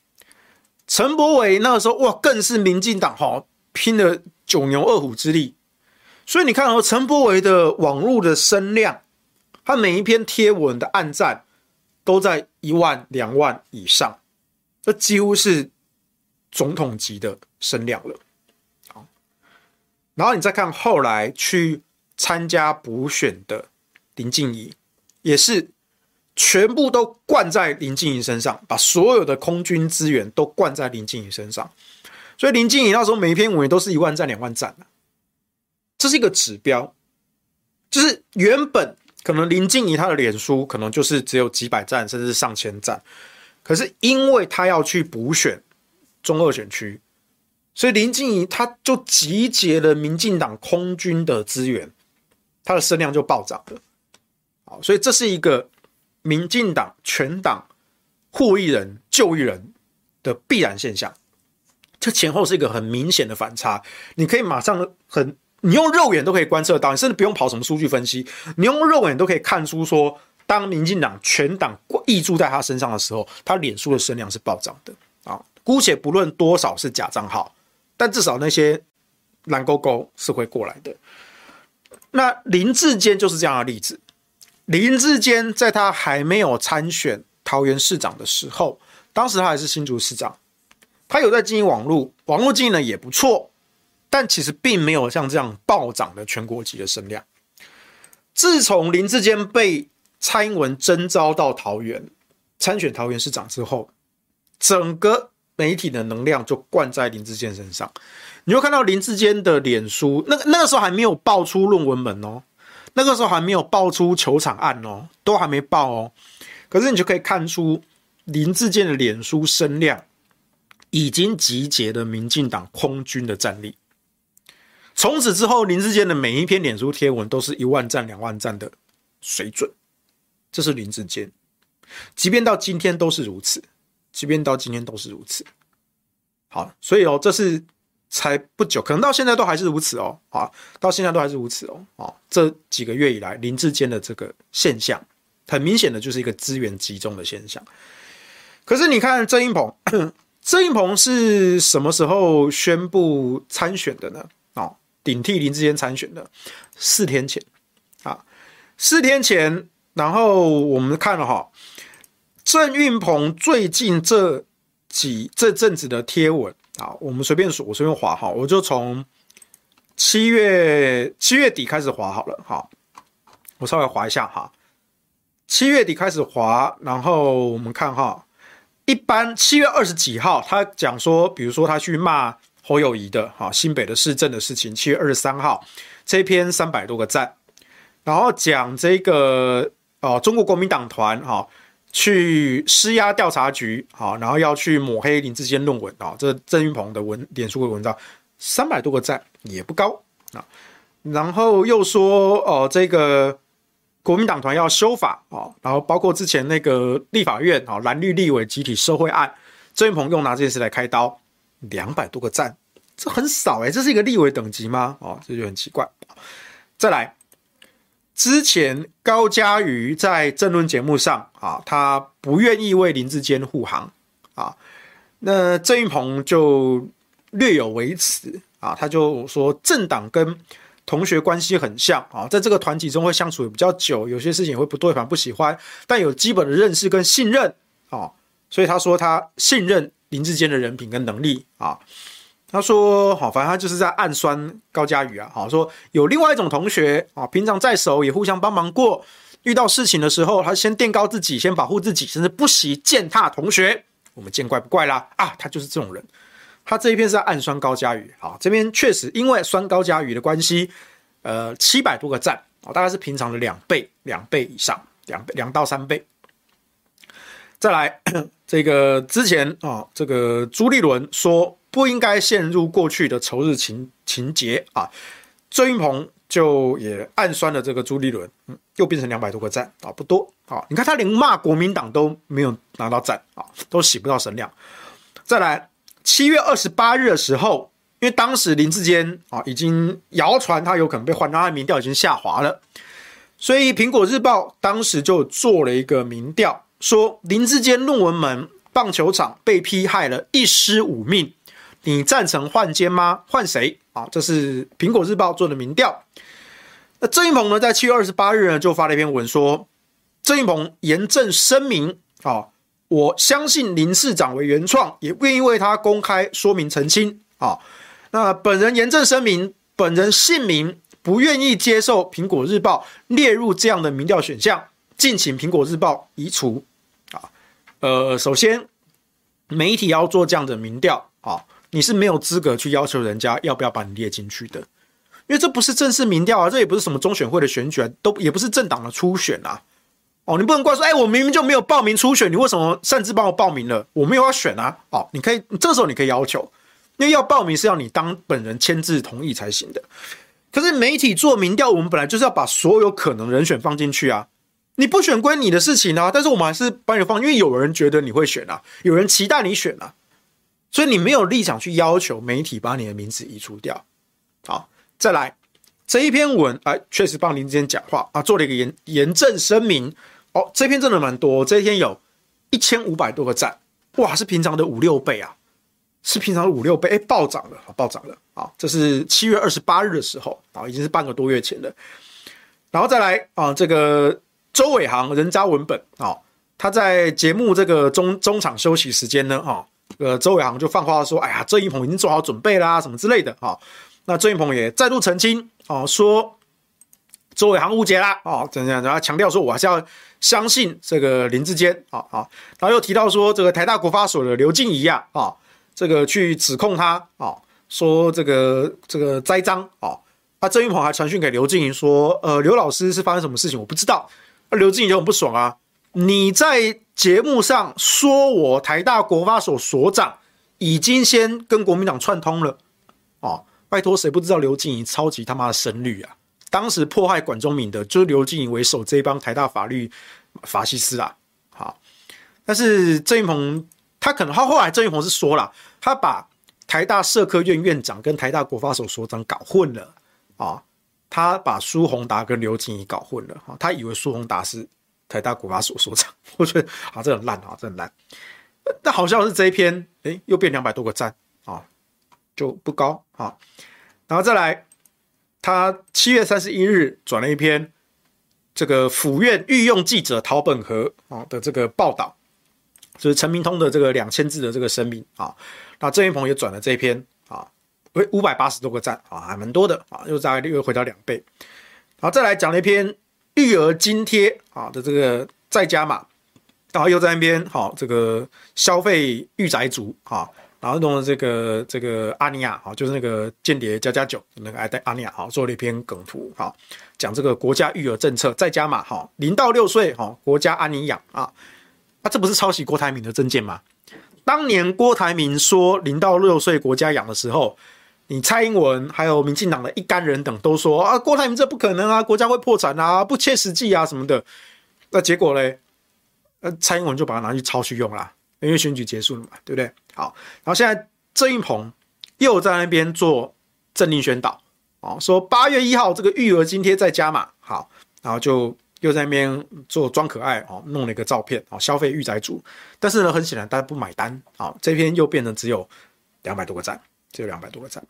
惟那个时候更是民进党拼了九牛二虎之力，所以你看陈柏惟的网络的声量，他每一篇贴文的按赞都在1万2万以上，这几乎是总统级的声量了。然后你再看后来去参加补选的林静怡，也是全部都灌在林静怡身上，把所有的空军资源都灌在林静怡身上，所以林静怡那时候每一篇文都是1万赞2万赞这是一个指标，就是原本可能林静怡她的脸书可能就是只有几百赞甚至上千赞，可是因为她要去补选中2选区，所以林静怡她就集结了民进党空军的资源，她的声量就暴涨了。所以这是一个民进党全党护一人救一人的必然现象，这前后是一个很明显的反差，你可以马上你用肉眼都可以观测到，你甚至不用跑什么数据分析，你用肉眼都可以看出说，当民进党全党挹注在他身上的时候，他脸书的声量是暴涨的姑且不论多少是假账号，但至少那些蓝勾勾是会过来的。那林智坚就是这样的例子。林智坚在他还没有参选桃园市长的时候，当时他还是新竹市长，他有在经营网络经营的也不错，但其实并没有像这样暴涨的全国级的声量。自从林智坚被蔡英文征召到桃园参选桃园市长之后，整个媒体的能量就灌在林智坚身上。你会看到林智坚的脸书，那个时候还没有爆出论文门那个时候还没有爆出球场案都还没爆可是你就可以看出林智坚的脸书声量已经集结了民进党空军的战力。从此之后，林智坚的每一篇脸书贴文都是1万赞2万赞的水准，这是林智坚，即便到今天都是如此。好，所以这是才不久，可能到现在都还是如此到现在都还是如此这几个月以来，林智坚的这个现象，很明显的就是一个资源集中的现象。可是你看郑运鹏是什么时候宣布参选的呢？顶替林智坚参选的4天前 4天前，然后我们看了哈，郑运鹏最近这阵子的贴文啊，我们随便说，我随便滑哈，我就从7月底开始滑好了，好，我稍微滑一下哈。7月底开始滑，然后我们看哈，一般7月20几号，他讲说，比如说他去骂侯友宜的哈新北的市政的事情，7月23号这篇300多个赞，然后讲这个中国国民党团哈去施压调查局好，然后要去抹黑林智坚论文啊，这郑运鹏的脸书的文章300多个赞也不高啊，然后又说这个。国民党团要修法然后包括之前那个立法院蓝绿立委集体受贿案，郑运鹏又拿这件事来开刀，200多个赞，这很少这是一个立委等级吗？这就很奇怪。再来，之前高嘉瑜在政论节目上他不愿意为林智坚护航那郑运鹏就略有微词他就说政党跟同学关系很像在这个团体中会相处的比较久，有些事情也会不对，反不喜欢，但有基本的认识跟信任所以他说他信任林智坚的人品跟能力他说反正他就是在暗酸高嘉瑜说有另外一种同学平常再熟也互相帮忙过，遇到事情的时候他先垫高自己，先保护自己，甚至不惜践踏同学，我们见怪不怪啦他就是这种人。他这一篇是在暗酸高嘉瑜这边确实因为酸高嘉瑜的关系700多个赞大概是平常的2倍以上，2到3倍。再来这个之前这个朱立伦说不应该陷入过去的仇日情节郑运鹏就也暗酸了这个朱立伦又变成200多个赞不多你看他连骂国民党都没有拿到赞都洗不到声量。再来7月28日的时候，因为当时林智坚已经谣传他有可能被换，他的民调已经下滑了，所以苹果日报当时就做了一个民调，说林智坚论文门棒球场被批害了1尸5命，你赞成换监吗？换谁这是苹果日报做的民调。那郑运鹏呢，在7月28日呢就发了一篇文说，郑运鹏严正声明我相信林市长为原创，也愿意为他公开说明澄清那本人严正声明，本人姓名不愿意接受苹果日报列入这样的民调选项，敬请苹果日报移除首先媒体要做这样的民调你是没有资格去要求人家要不要把你列进去的，因为这不是正式民调这也不是什么中选会的选举也不是政党的初选你不能怪说我明明就没有报名初选，你为什么擅自帮我报名了？我没有要选你可以这时候你可以要求，因为要报名是要你当本人签字同意才行的。可是媒体做民调，我们本来就是要把所有可能人选放进去你不选归你的事情但是我们还是把你放，因为有人觉得你会选有人期待你选所以你没有立场去要求媒体把你的名字移除掉。好，再来这一篇文确实帮林智坚讲话做了一个严正声明这篇真的蛮多，这一篇有1500多个赞，哇，是平常的5-6倍是平常的5-6倍暴涨了这是7月28日的时候已经是半个多月前了。然后再来这个周伟航人渣文本他在节目这个中场休息时间呢周伟航就放话说郑运鹏已经做好准备啦什么之类的那郑运鹏也再度澄清说周伟航误解啦然后强调说我还是要相信这个林智坚然后又提到说这个台大国发所的刘静怡这个去指控他说这个栽赃郑运鹏还传讯给刘静怡说刘老师是发生什么事情我不知道，刘静怡就很不爽你在节目上说我台大国发所所长已经先跟国民党串通了拜托谁不知道刘静怡超级他妈的深绿当时迫害管中闵的就是刘静怡为首这一帮台大法律法西斯好，但是郑运鹏他后来郑运鹏是说了，他把台大社科院院长跟台大国发所所长搞混了他把苏宏达跟刘静怡搞混了他以为苏宏达是台大国发所所长，我觉得这很烂这很烂。但好像是这一篇又变200多个赞就不高然后再来他7月31日转了一篇这个府院御用记者陶本和的这个报道，就是陈明通的这个2000字的这个声明啊。那郑运鹏也转了这一篇啊，580多个赞啊，还蛮多的啊，又回到2倍。然后再来讲了一篇育儿津贴啊的这个再加码，然后又在那边好这个消费御宅族啊。然后弄了这个阿尼亚，就是那个间谍加9那个阿尼亚，做了一篇梗图，讲这个国家育儿政策再加码，0到6岁国家安你养啊，这不是抄袭郭台铭的政见吗？当年郭台铭说0到6岁国家养的时候，你蔡英文还有民进党的一干人等都说啊，郭台铭这不可能啊，国家会破产啊，不切实际啊什么的。那结果嘞，蔡英文就把它拿去抄去用啦。因为选举结束了嘛，对不对？好，然后现在郑运鹏又在那边做政令宣导，说8月1号这个育儿津贴再加码，好，然后就又在那边做装可爱，弄了一个照片，消费御宅族，但是呢，很显然大家不买单，这篇又变成只有200多个赞，这是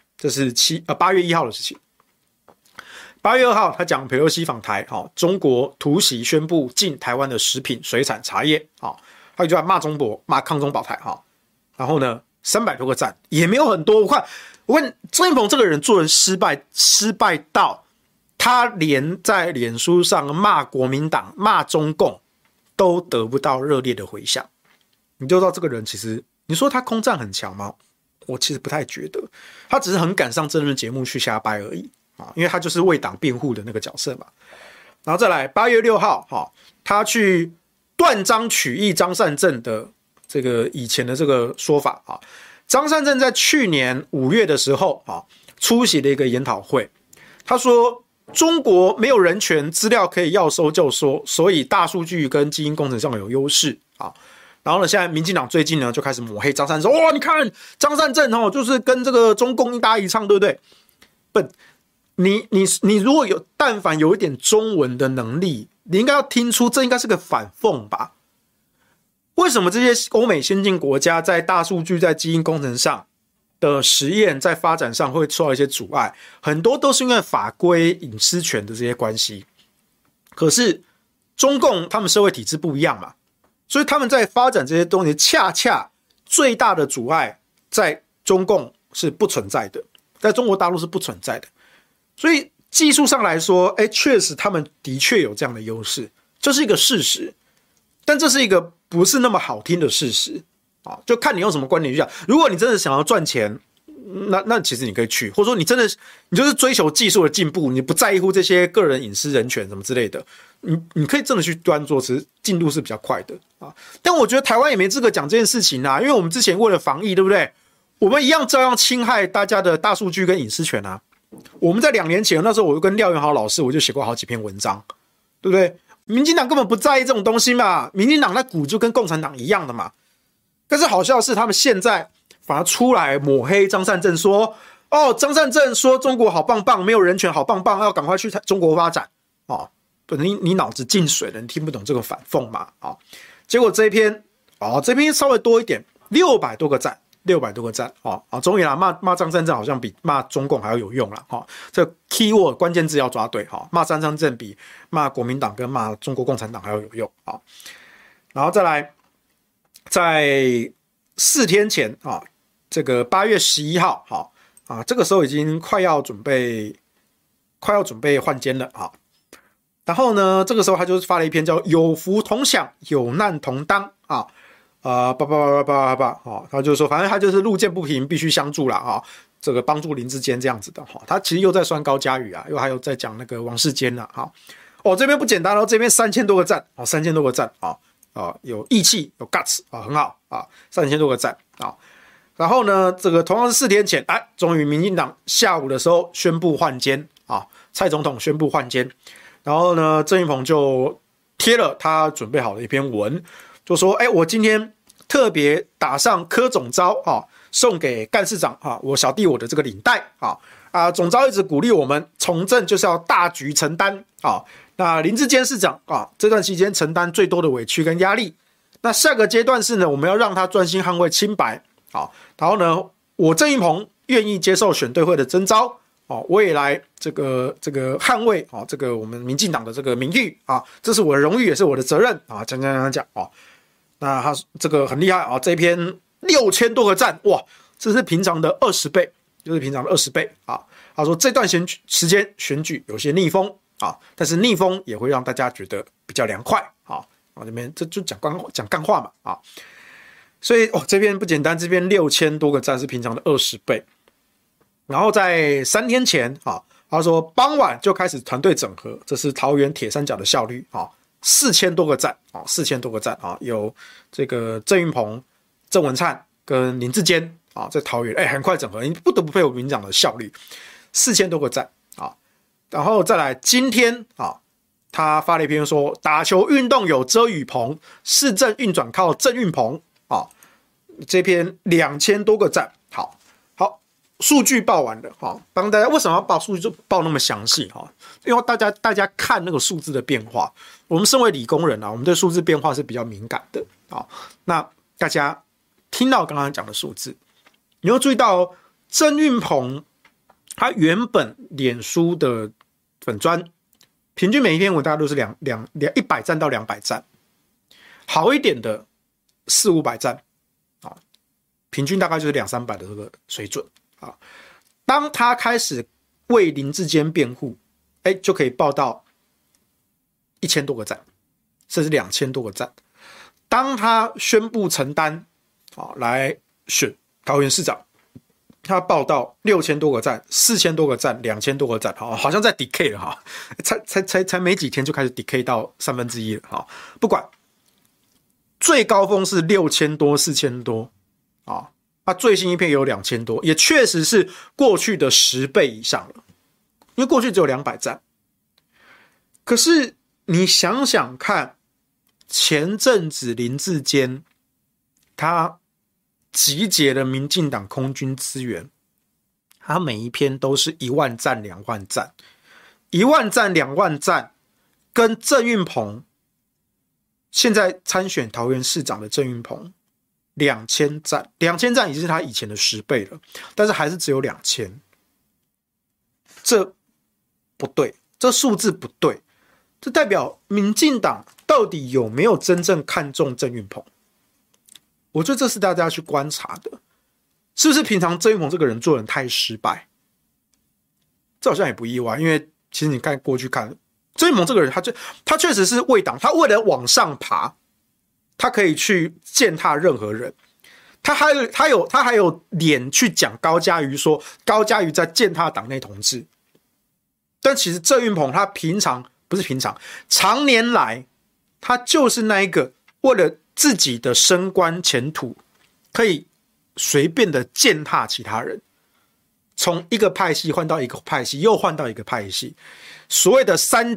8月1号的事情。8月2号，他讲裴洛西访台，中国突袭宣布禁台湾的食品、水产、茶叶，他就在骂中国，骂抗中保台然后呢，300多个赞也没有很多。我问郑运鹏这个人做人失败到他连在脸书上骂国民党、骂中共都得不到热烈的回响，你就知道这个人其实，你说他空战很强吗？我其实不太觉得，他只是很敢上政论节目去瞎掰而已因为他就是为党辩护的那个角色嘛。然后再来8月6号他去断章取义张善政的这个以前的这个说法张善政在去年5月的时候出席了一个研讨会，他说中国没有人权，资料可以要收就收，所以大数据跟基因工程上有优势然后呢，现在民进党最近呢就开始抹黑张善政，哇，你看张善政就是跟这个中共一搭一唱，对不对？不，你如果但凡有一点中文的能力，你应该要听出这应该是个反讽吧？为什么这些欧美先进国家在大数据、在基因工程上的实验在发展上会受到一些阻碍？很多都是因为法规、隐私权的这些关系。可是中共他们社会体制不一样嘛，所以他们在发展这些东西，恰恰最大的阻碍在中共是不存在的，在中国大陆是不存在的。所以技术上来说，确实他们的确有这样的优势，这是一个事实，但这是一个不是那么好听的事实就看你用什么观点去讲。如果你真的想要赚钱，那其实你可以去，或者说你就是追求技术的进步，你不在乎这些个人隐私、人权什么之类的，你可以真的去端做，其实进度是比较快的但我觉得台湾也没资格讲这件事情因为我们之前为了防疫，对不对？我们一样照样侵害大家的大数据跟隐私权我们在2年前，那时候我就跟廖元豪老师，我就写过好几篇文章，对不对？民进党根本不在意这种东西嘛，民进党那股就跟共产党一样的嘛。但是好笑的是，他们现在反而出来抹黑张善政，说张善政说中国好棒棒，没有人权好棒棒，要赶快去中国发展你脑子进水了，你听不懂这个反讽嘛结果这篇稍微多一点，600多个赞。终于啦，骂张善政好像比骂中共还要有用啦这个 keyword 关键字要抓对骂张善政比骂国民党跟骂中国共产党还要有用然后再来，在4天前这个8月11号这个时候已经快要准备换监了然后呢，这个时候他就发了一篇叫有福同享，有难同当他就说，反正他就是路见不平必须相助啦这个帮助林智坚这样子的他其实又在酸高嘉瑜又还有在讲那个王世坚这边不简单这边3000多个赞3000多个赞有义气有 guts 很好3000多个赞然后呢，这个同样是4天前终于民进党下午的时候宣布换监蔡总统宣布换监，然后呢，郑运鹏就贴了他准备好的一篇文，就说我今天特别打上柯总召送给干事长我小弟我的这个领带总召一直鼓励我们从政就是要大局承担那林智坚市长这段期间承担最多的委屈跟压力，那下个阶段是呢，我们要让他专心捍卫清白然后呢，我郑运鹏愿意接受选对会的征召我也来这个捍卫这个我们民进党的这个名誉啊，这是我的荣誉，也是我的责任啊，讲那他这个很厉害啊，这篇6000多个赞，哇，这是平常的20倍，就是平常的20倍啊。他说这段时间选举有些逆风啊，但是逆风也会让大家觉得比较凉快啊。这边这就讲干话嘛啊，所以这边不简单，这边6000多个赞是平常的20倍。然后在3天前啊，他说傍晚就开始团队整合，这是桃园铁三角的效率啊，4000多个赞啊，4000多个赞啊，有这个郑运鹏、郑文灿跟林智坚啊，在桃园很快整合，你不得不佩服民进党的效率，4000多个赞啊。然后再来今天啊，他发了一篇说打球运动有遮雨棚，市政运转靠郑运鹏啊，这篇2000多个赞。数据报完了帮大家为什么要报数据就报那么详细因为大家看那个数字的变化，我们身为理工人我们对数字变化是比较敏感的那大家听到刚刚讲的数字，你会注意到郑运鹏他原本脸书的粉专平均每一篇文大概都是100赞到200赞，好一点的400-500赞平均大概就是200-300的这个水准当他开始为林智坚辩护，就可以报到1000多个赞，甚至2000多个赞。当他宣布承担来选桃园市长，他报到6000多个赞、4000多个赞、2000多个赞，好像在 decay 了才没几天就开始 decay 到1/3了不管，最高峰是6000多、4000多最新一篇也有2000多，也确实是过去的10倍以上了，因为过去只有200赞。可是你想想看，前阵子林智坚他集结了民进党空军资源，他每一篇都是1万赞、2万赞，1万赞、2万赞，跟郑运鹏现在参选桃园市长的郑运鹏2000赞，2000赞已经是他以前的10倍了，但是还是只有2000，这不对，这数字不对，这代表民进党到底有没有真正看重郑运鹏？我觉得这是大家去观察的，是不是平常郑运鹏这个人做人太失败？这好像也不意外，因为其实你看过去看郑运鹏这个人，他确实是为党，他为了往上爬。他可以去践踏任何人，他还有脸去讲高嘉瑜，说高嘉瑜在践踏党内同志。但其实郑运鹏他常年来，他就是那一个为了自己的升官前途，可以随便的践踏其他人，从一个派系换到一个派系，又换到一个派系，所谓的三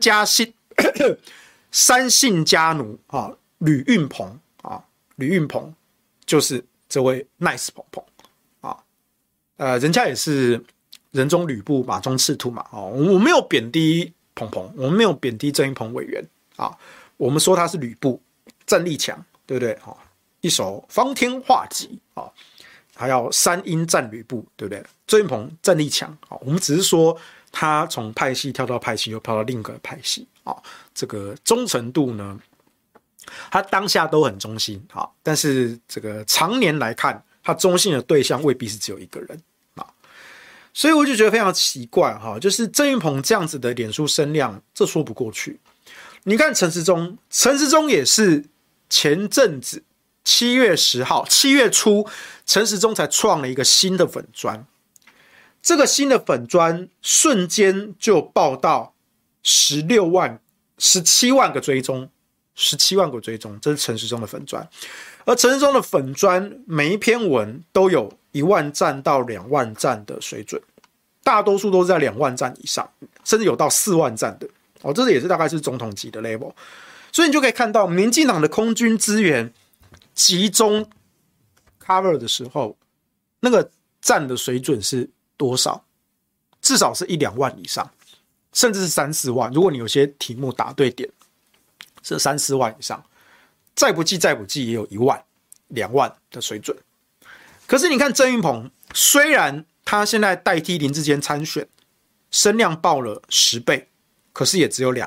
姓家奴吕运鹏就是这位 nice 鹏鹏人家也是人中吕布马中赤兔嘛我没有贬低鹏鹏，我们没有贬低郑运鹏委员我们说他是吕布，战力强，对不对一手方天画戟还要3英战吕布，对不对？郑运鹏战力强我们只是说他从派系跳到派系，又跳到另一个派系这个忠诚度呢，他当下都很忠心但是这个常年来看，他忠心的对象未必是只有一个人所以我就觉得非常奇怪就是郑运鹏这样子的脸书声量，这说不过去。你看陈时中也是前阵子7月10号7月初，陈时中才创了一个新的粉专，这个新的粉专瞬间就爆到17万个追踪，17万个追踪，这是陈时中的粉专。而陈时中的粉专每一篇文都有1万赞到2万赞的水准，大多数都是在2万赞以上，甚至有到4万赞的这也是大概是总统级的 level。 所以你就可以看到民进党的空军资源集中 cover 的时候，那个赞的水准是多少？至少是1-2万以上，甚至是3-4万。如果你有些题目答对点，是3-4万以上，再不济也有1万、2万的水准。可是你看郑运鹏，虽然他现在代替林智坚参选， 声量爆了10倍，可是也只有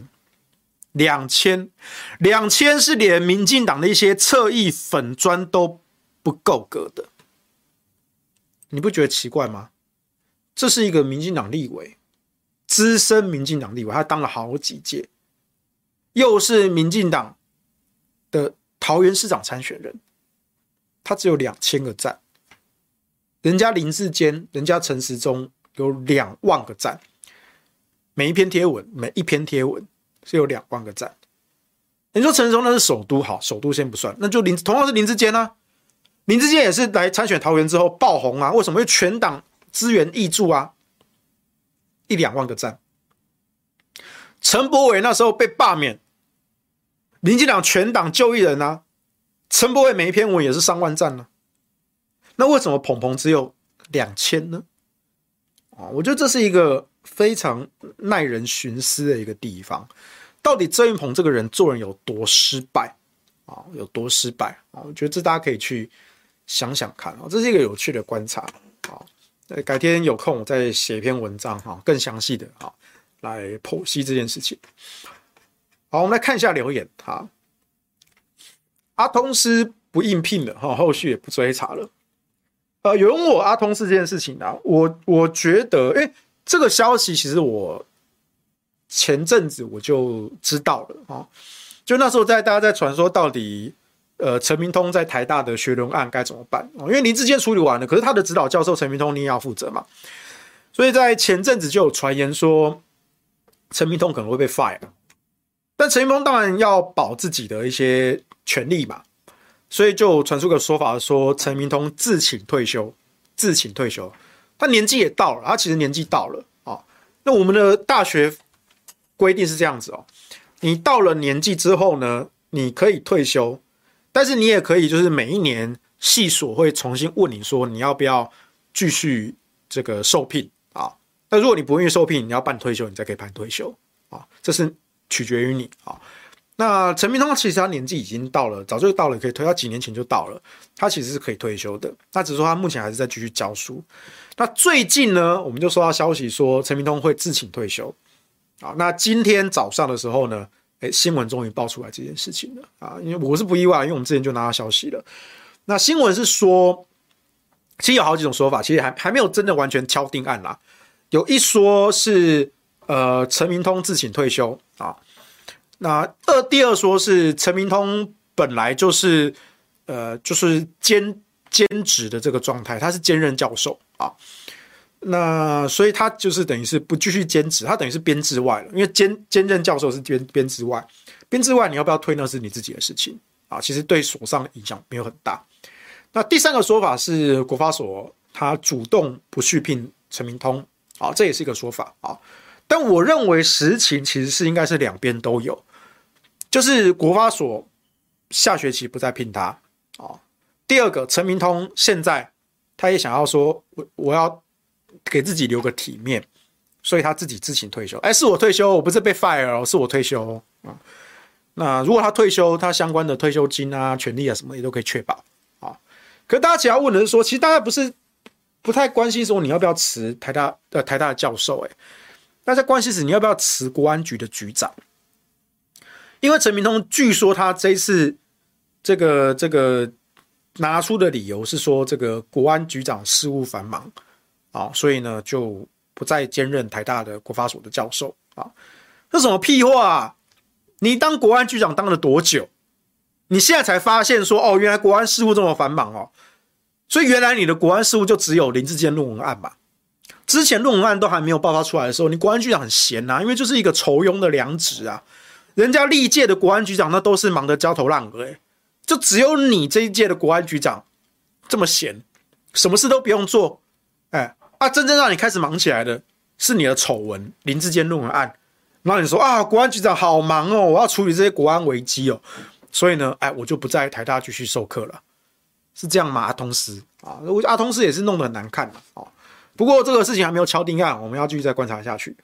2000是连民进党的一些侧翼粉专都不够格的，你不觉得奇怪吗？这是一个民进党立委，资深民进党立委，他当了好几届，又是民进党的桃园市长参选人，他只有2000个赞，人家林智坚，人家陈时中有2万个赞，每一篇贴文是有2万个赞。你说陈时中那是首都，好，首都先不算，那就同样是林智坚啊，林智坚也是来参选桃园之后爆红啊，为什么？因为全党资源挹注啊，1-2万个赞。陈柏惟那时候被罢免，民进党全党就一人啊，陈柏惟每一篇文也是上万赞啊，那为什么鹏鹏只有2000呢？我觉得这是一个非常耐人寻思的一个地方。到底郑运鹏这个人做人有多失败有多失败我觉得这大家可以去想想看这是一个有趣的观察改天有空我再写一篇文章更详细的来剖析这件事情。好，我们来看一下留言阿通师不应聘了后续也不追查了。有人问我阿通师这件事情我觉得这个消息其实我前阵子我就知道了就那时候大家在传说到底陈明通在台大的学伦案该怎么办因为林智坚处理完了，可是他的指导教授陈明通你也要负责嘛，所以在前阵子就有传言说陈明通可能会被 fire， 但陈明通当然要保自己的一些权利嘛，所以就传出个说法说陈明通自请退休，他年纪也到了，他其实年纪到了那我们的大学规定是这样子你到了年纪之后呢，你可以退休，但是你也可以就是每一年系所会重新问你说你要不要继续这个受聘但如果你不愿意受聘，你要办退休，你再可以办退休这是取决于你那陈明通其实他年纪已经到了，早就到了可以退，他几年前就到了，他其实是可以退休的，他只是说他目前还是在继续教书。那最近呢，我们就收到消息说陈明通会自请退休那今天早上的时候呢新闻终于爆出来这件事情了因为我是不意外，因为我们之前就拿到消息了。那新闻是说其实有好几种说法，其实还没有真的完全敲定案啦。有一说是陈明通自请退休那第二说是陈明通本来就是兼职的这个状态，他是兼任教授那所以他就是等于是不继续兼职，他等于是编制外了，因为兼任教授是编制外，编制外你要不要退那是你自己的事情其实对所上的影响没有很大。那第三个说法是国发所他主动不续聘陈明通这也是一个说法但我认为实情其实是应该是两边都有，就是国发所下学期不再聘他第二个陈明通现在他也想要说我要给自己留个体面，所以他自己自行退休是我退休，我不是被 fire 是我退休那如果他退休，他相关的退休金权利什么也都可以确保可是大家其实要问的是说，其实大家不太关心说你要不要辞台大的教授大家关心是你要不要辞国安局的局长，因为陈明通据说他这一次这个拿出的理由是说这个国安局长事务繁忙所以呢就不再兼任台大的国发所的教授这什么屁话你当国安局长当了多久？你现在才发现说原来国安事务这么繁忙所以原来你的国安事务就只有林智坚论文案嘛？之前论文案都还没有爆发出来的时候，你国安局长很闲因为就是一个酬庸的良职人家历届的国安局长那都是忙得焦头烂额就只有你这一届的国安局长这么闲，什么事都不用做真正让你开始忙起来的是你的丑闻林智坚论文案，然后你说国安局长好忙我要处理这些国安危机所以呢我就不在台大继续授课了，是这样吗？阿通师我觉得阿通师也是弄得很难看不过这个事情还没有敲定案，我们要继续再观察下去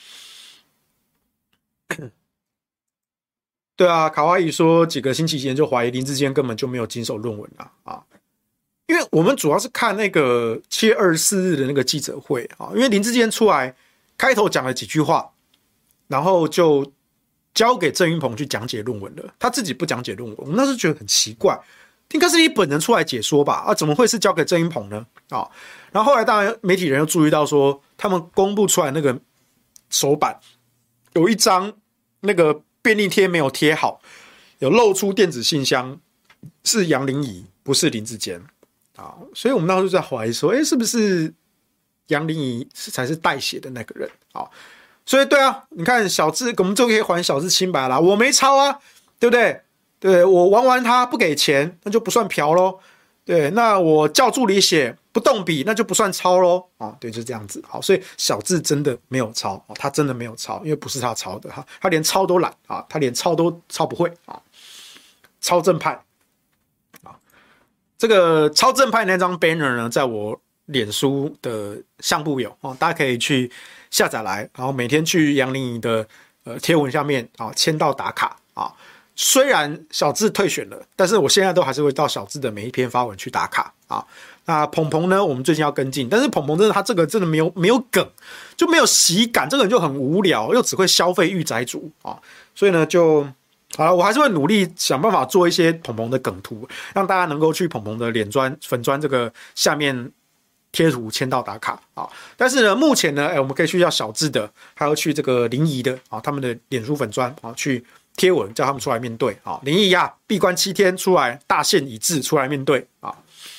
对卡哇伊说几个星期前就怀疑林智坚根本就没有经手论文因为我们主要是看那个7月24日的那个记者会因为林智坚出来开头讲了几句话，然后就交给郑云鹏去讲解论文了，他自己不讲解论文，我们那时候觉得很奇怪，应该是你本人出来解说吧？啊，怎么会是交给郑云鹏呢？啊，然后后来当然媒体人又注意到说，他们公布出来那个手板有一张那个便利贴没有贴好，有露出电子信箱，是杨林仪，不是林智坚啊，所以我们那时候就在怀疑说，是不是杨林仪才是代写的那个人啊？所以对啊，你看小智，我们就可以还小智清白啦。我没抄啊，对不对？对，我玩他不给钱，那就不算嫖咯。对，那我叫助理写不动笔，那就不算抄咯。啊，对，就这样子。好，所以小智真的没有抄，他真的没有抄，因为不是他抄的，他连抄都懒啊，他连抄都抄不会啊。超正派啊，这个超正派那张 banner 呢，在我脸书的相簿有哦，大家可以去下载来，然后每天去杨林仪的贴文下面啊签到打卡啊。虽然小智退选了，但是我现在都还是会到小智的每一篇发文去打卡啊。那鹏鹏呢，我们最近要跟进，但是鹏鹏真的他这个真的没有梗，就没有喜感，这个人就很无聊，又只会消费御宅族啊，所以呢就。好了，我还是会努力想办法做一些鹏鹏的梗图，让大家能够去鹏鹏的脸专粉专这个下面贴图签到打卡啊。但是呢，目前呢，我们可以去叫小智的，还要去这个林仪的啊，他们的脸书粉专啊去贴文，叫他们出来面对啊。林仪啊，闭关7天出来，大限已至，出来面对啊。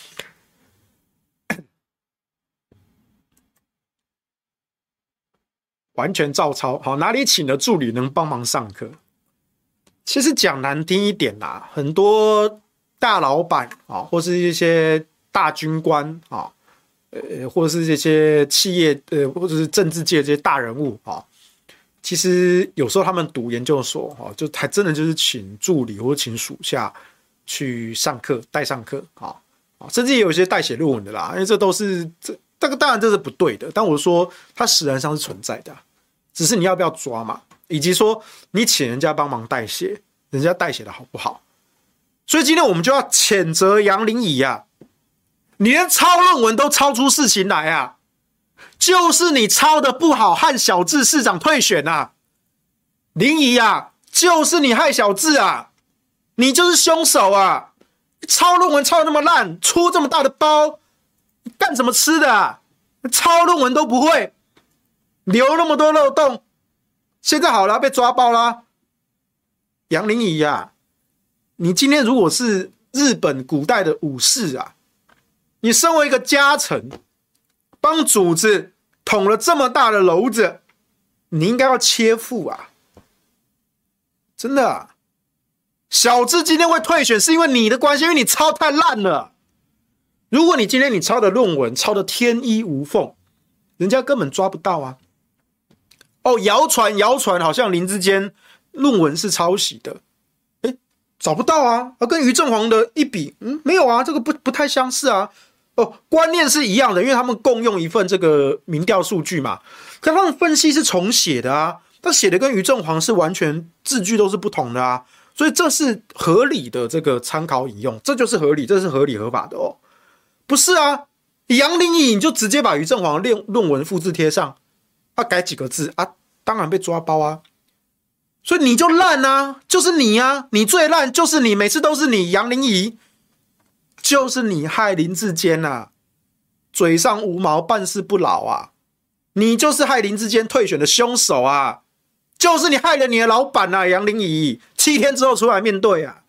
完全照抄，好，哪里请的助理能帮忙上课？其实讲难听一点啦，很多大老板啊，或是一些大军官啊，或者是这些企业或者是政治界这些大人物啊，其实有时候他们读研究所啊，就还真的就是请助理或者请属下去上课代上课啊，甚至也有一些代写论文的啦，因为这都是这个当然这是不对的，但我说它实然上是存在的，只是你要不要抓嘛。以及说你请人家帮忙代写，人家代写的好不好？所以今天我们就要谴责杨林仪啊！你连抄论文都抄出事情来啊！就是你抄的不好，害小智市长退选啊！林仪啊，就是你害小智啊！你就是凶手啊！抄论文抄的那么烂，出这么大的包，你干什么吃的啊？抄论文都不会，留那么多漏洞。现在好了，被抓包啦！杨林仪啊，你今天如果是日本古代的武士啊，你身为一个家臣，帮主子捅了这么大的篓子，你应该要切腹啊！真的啊，小智今天会退选是因为你的关系，因为你抄太烂了。如果你今天你抄的论文抄的天衣无缝，人家根本抓不到啊。哦，谣传好像林智坚论文是抄袭的，找不到啊，跟于正煌的一比，没有啊，这个不太相似啊。哦，观念是一样的，因为他们共用一份这个民调数据嘛，可他们分析是重写的啊，但写的跟于正煌是完全字句都是不同的啊，所以这是合理的这个参考引用，这就是合理，这是合理合法的哦。不是啊，杨林仪你就直接把于正煌的论文复制贴上。改几个字啊，当然被抓包啊，所以你就烂啊，就是你啊，你最烂就是你，每次都是你，杨林仪就是你害林智坚啊，嘴上无毛，办事不牢啊，你就是害林智坚退选的凶手啊，就是你害了你的老板啊，杨林仪7天之后出来面对啊，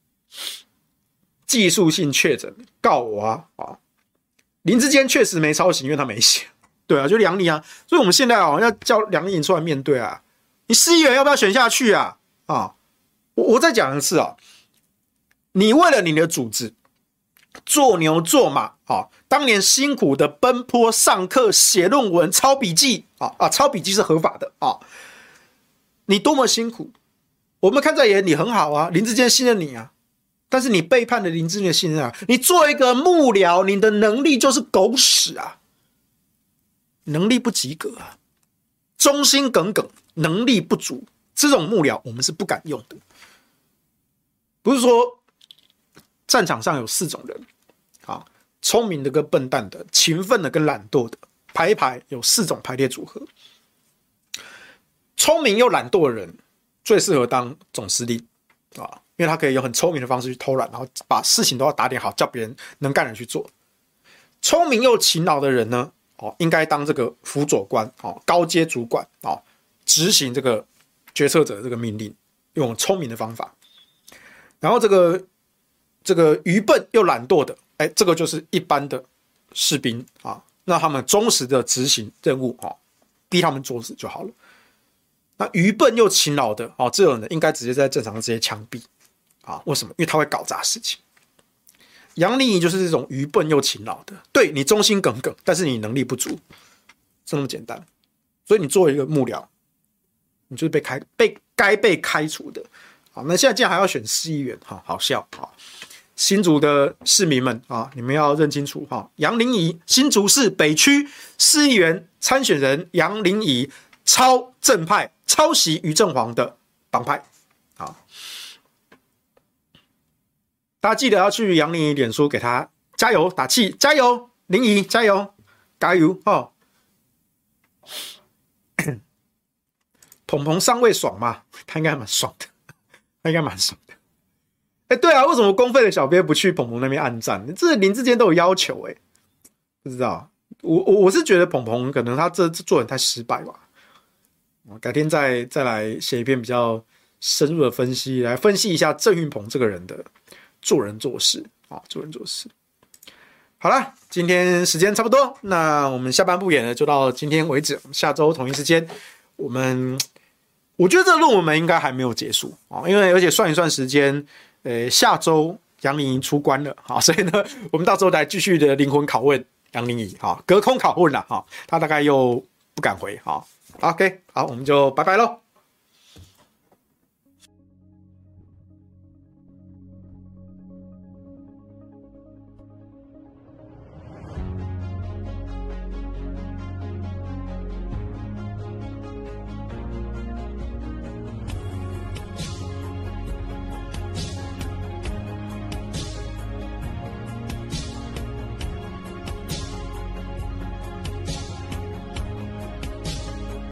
技术性确诊告我啊，林智坚确实没抄袭，因为他没写。对啊，就杨林啊，所以我们现在要叫梁林出来面对啊，你市议员要不要选下去啊？我再讲一次啊，你为了你的组织做牛做马当年辛苦的奔波上课写论文抄笔记抄笔记是合法的你多么辛苦，我们看在眼里很好啊，林智坚信任你啊，但是你背叛了林智坚的信任啊，你做一个幕僚，你的能力就是狗屎啊！能力不及格啊，忠心耿耿，能力不足，这种幕僚我们是不敢用的。不是说战场上有4种人聪明的跟笨蛋的，勤奋的跟懒惰的，排一排有4种排列组合。 聪明又懒惰的人最适合当总司令啊，因为他可以用很聪明的方式去偷懒，然后把事情都要打点好，叫别人能干的人去做。聪明又勤劳的人呢，应该当这个辅佐官，高阶主管，执行这个决策者的这个命令，用聪明的方法。然后这个愚笨又懒惰的，这个就是一般的士兵啊，让他们忠实的执行任务，逼他们做事就好了。那愚笨又勤劳的，这种人应该直接在战场上直接枪毙啊？为什么？因为他会搞砸事情。杨林仪就是这种愚笨又勤劳的，对你忠心耿耿，但是你能力不足，是那么简单。所以你作为一个幕僚，你就是该被开除的。好，那现在竟然还要选市议员，好笑啊！新竹的市民们啊，你们要认清楚哈，杨林仪新竹市北区市议员参选人杨林仪超正派，抄袭于正煌的帮派啊！大家记得要去杨林仪脸书给他加油打气，加油林仪，加油加油哦！鹏鹏上位爽吗？他应该蛮爽的，他应该蛮爽的。对啊，为什么公费的小编不去鹏鹏那边按赞？这林志坚都有要求不知道。我是觉得鹏鹏可能他这做人太失败吧。改天再来写一篇比较深入的分析，来分析一下郑运鹏这个人的做人做事啊，做人做事。好了，今天时间差不多，那我们下半部演呢就到今天为止。下周同一时间，我觉得这个论文们应该还没有结束啊，因为而且算一算时间，下周杨林仪出关了啊，所以呢，我们到时候来继续的灵魂拷问杨林仪啊，隔空拷问了哈，他大概又不敢回哈。OK， 好，我们就拜拜喽。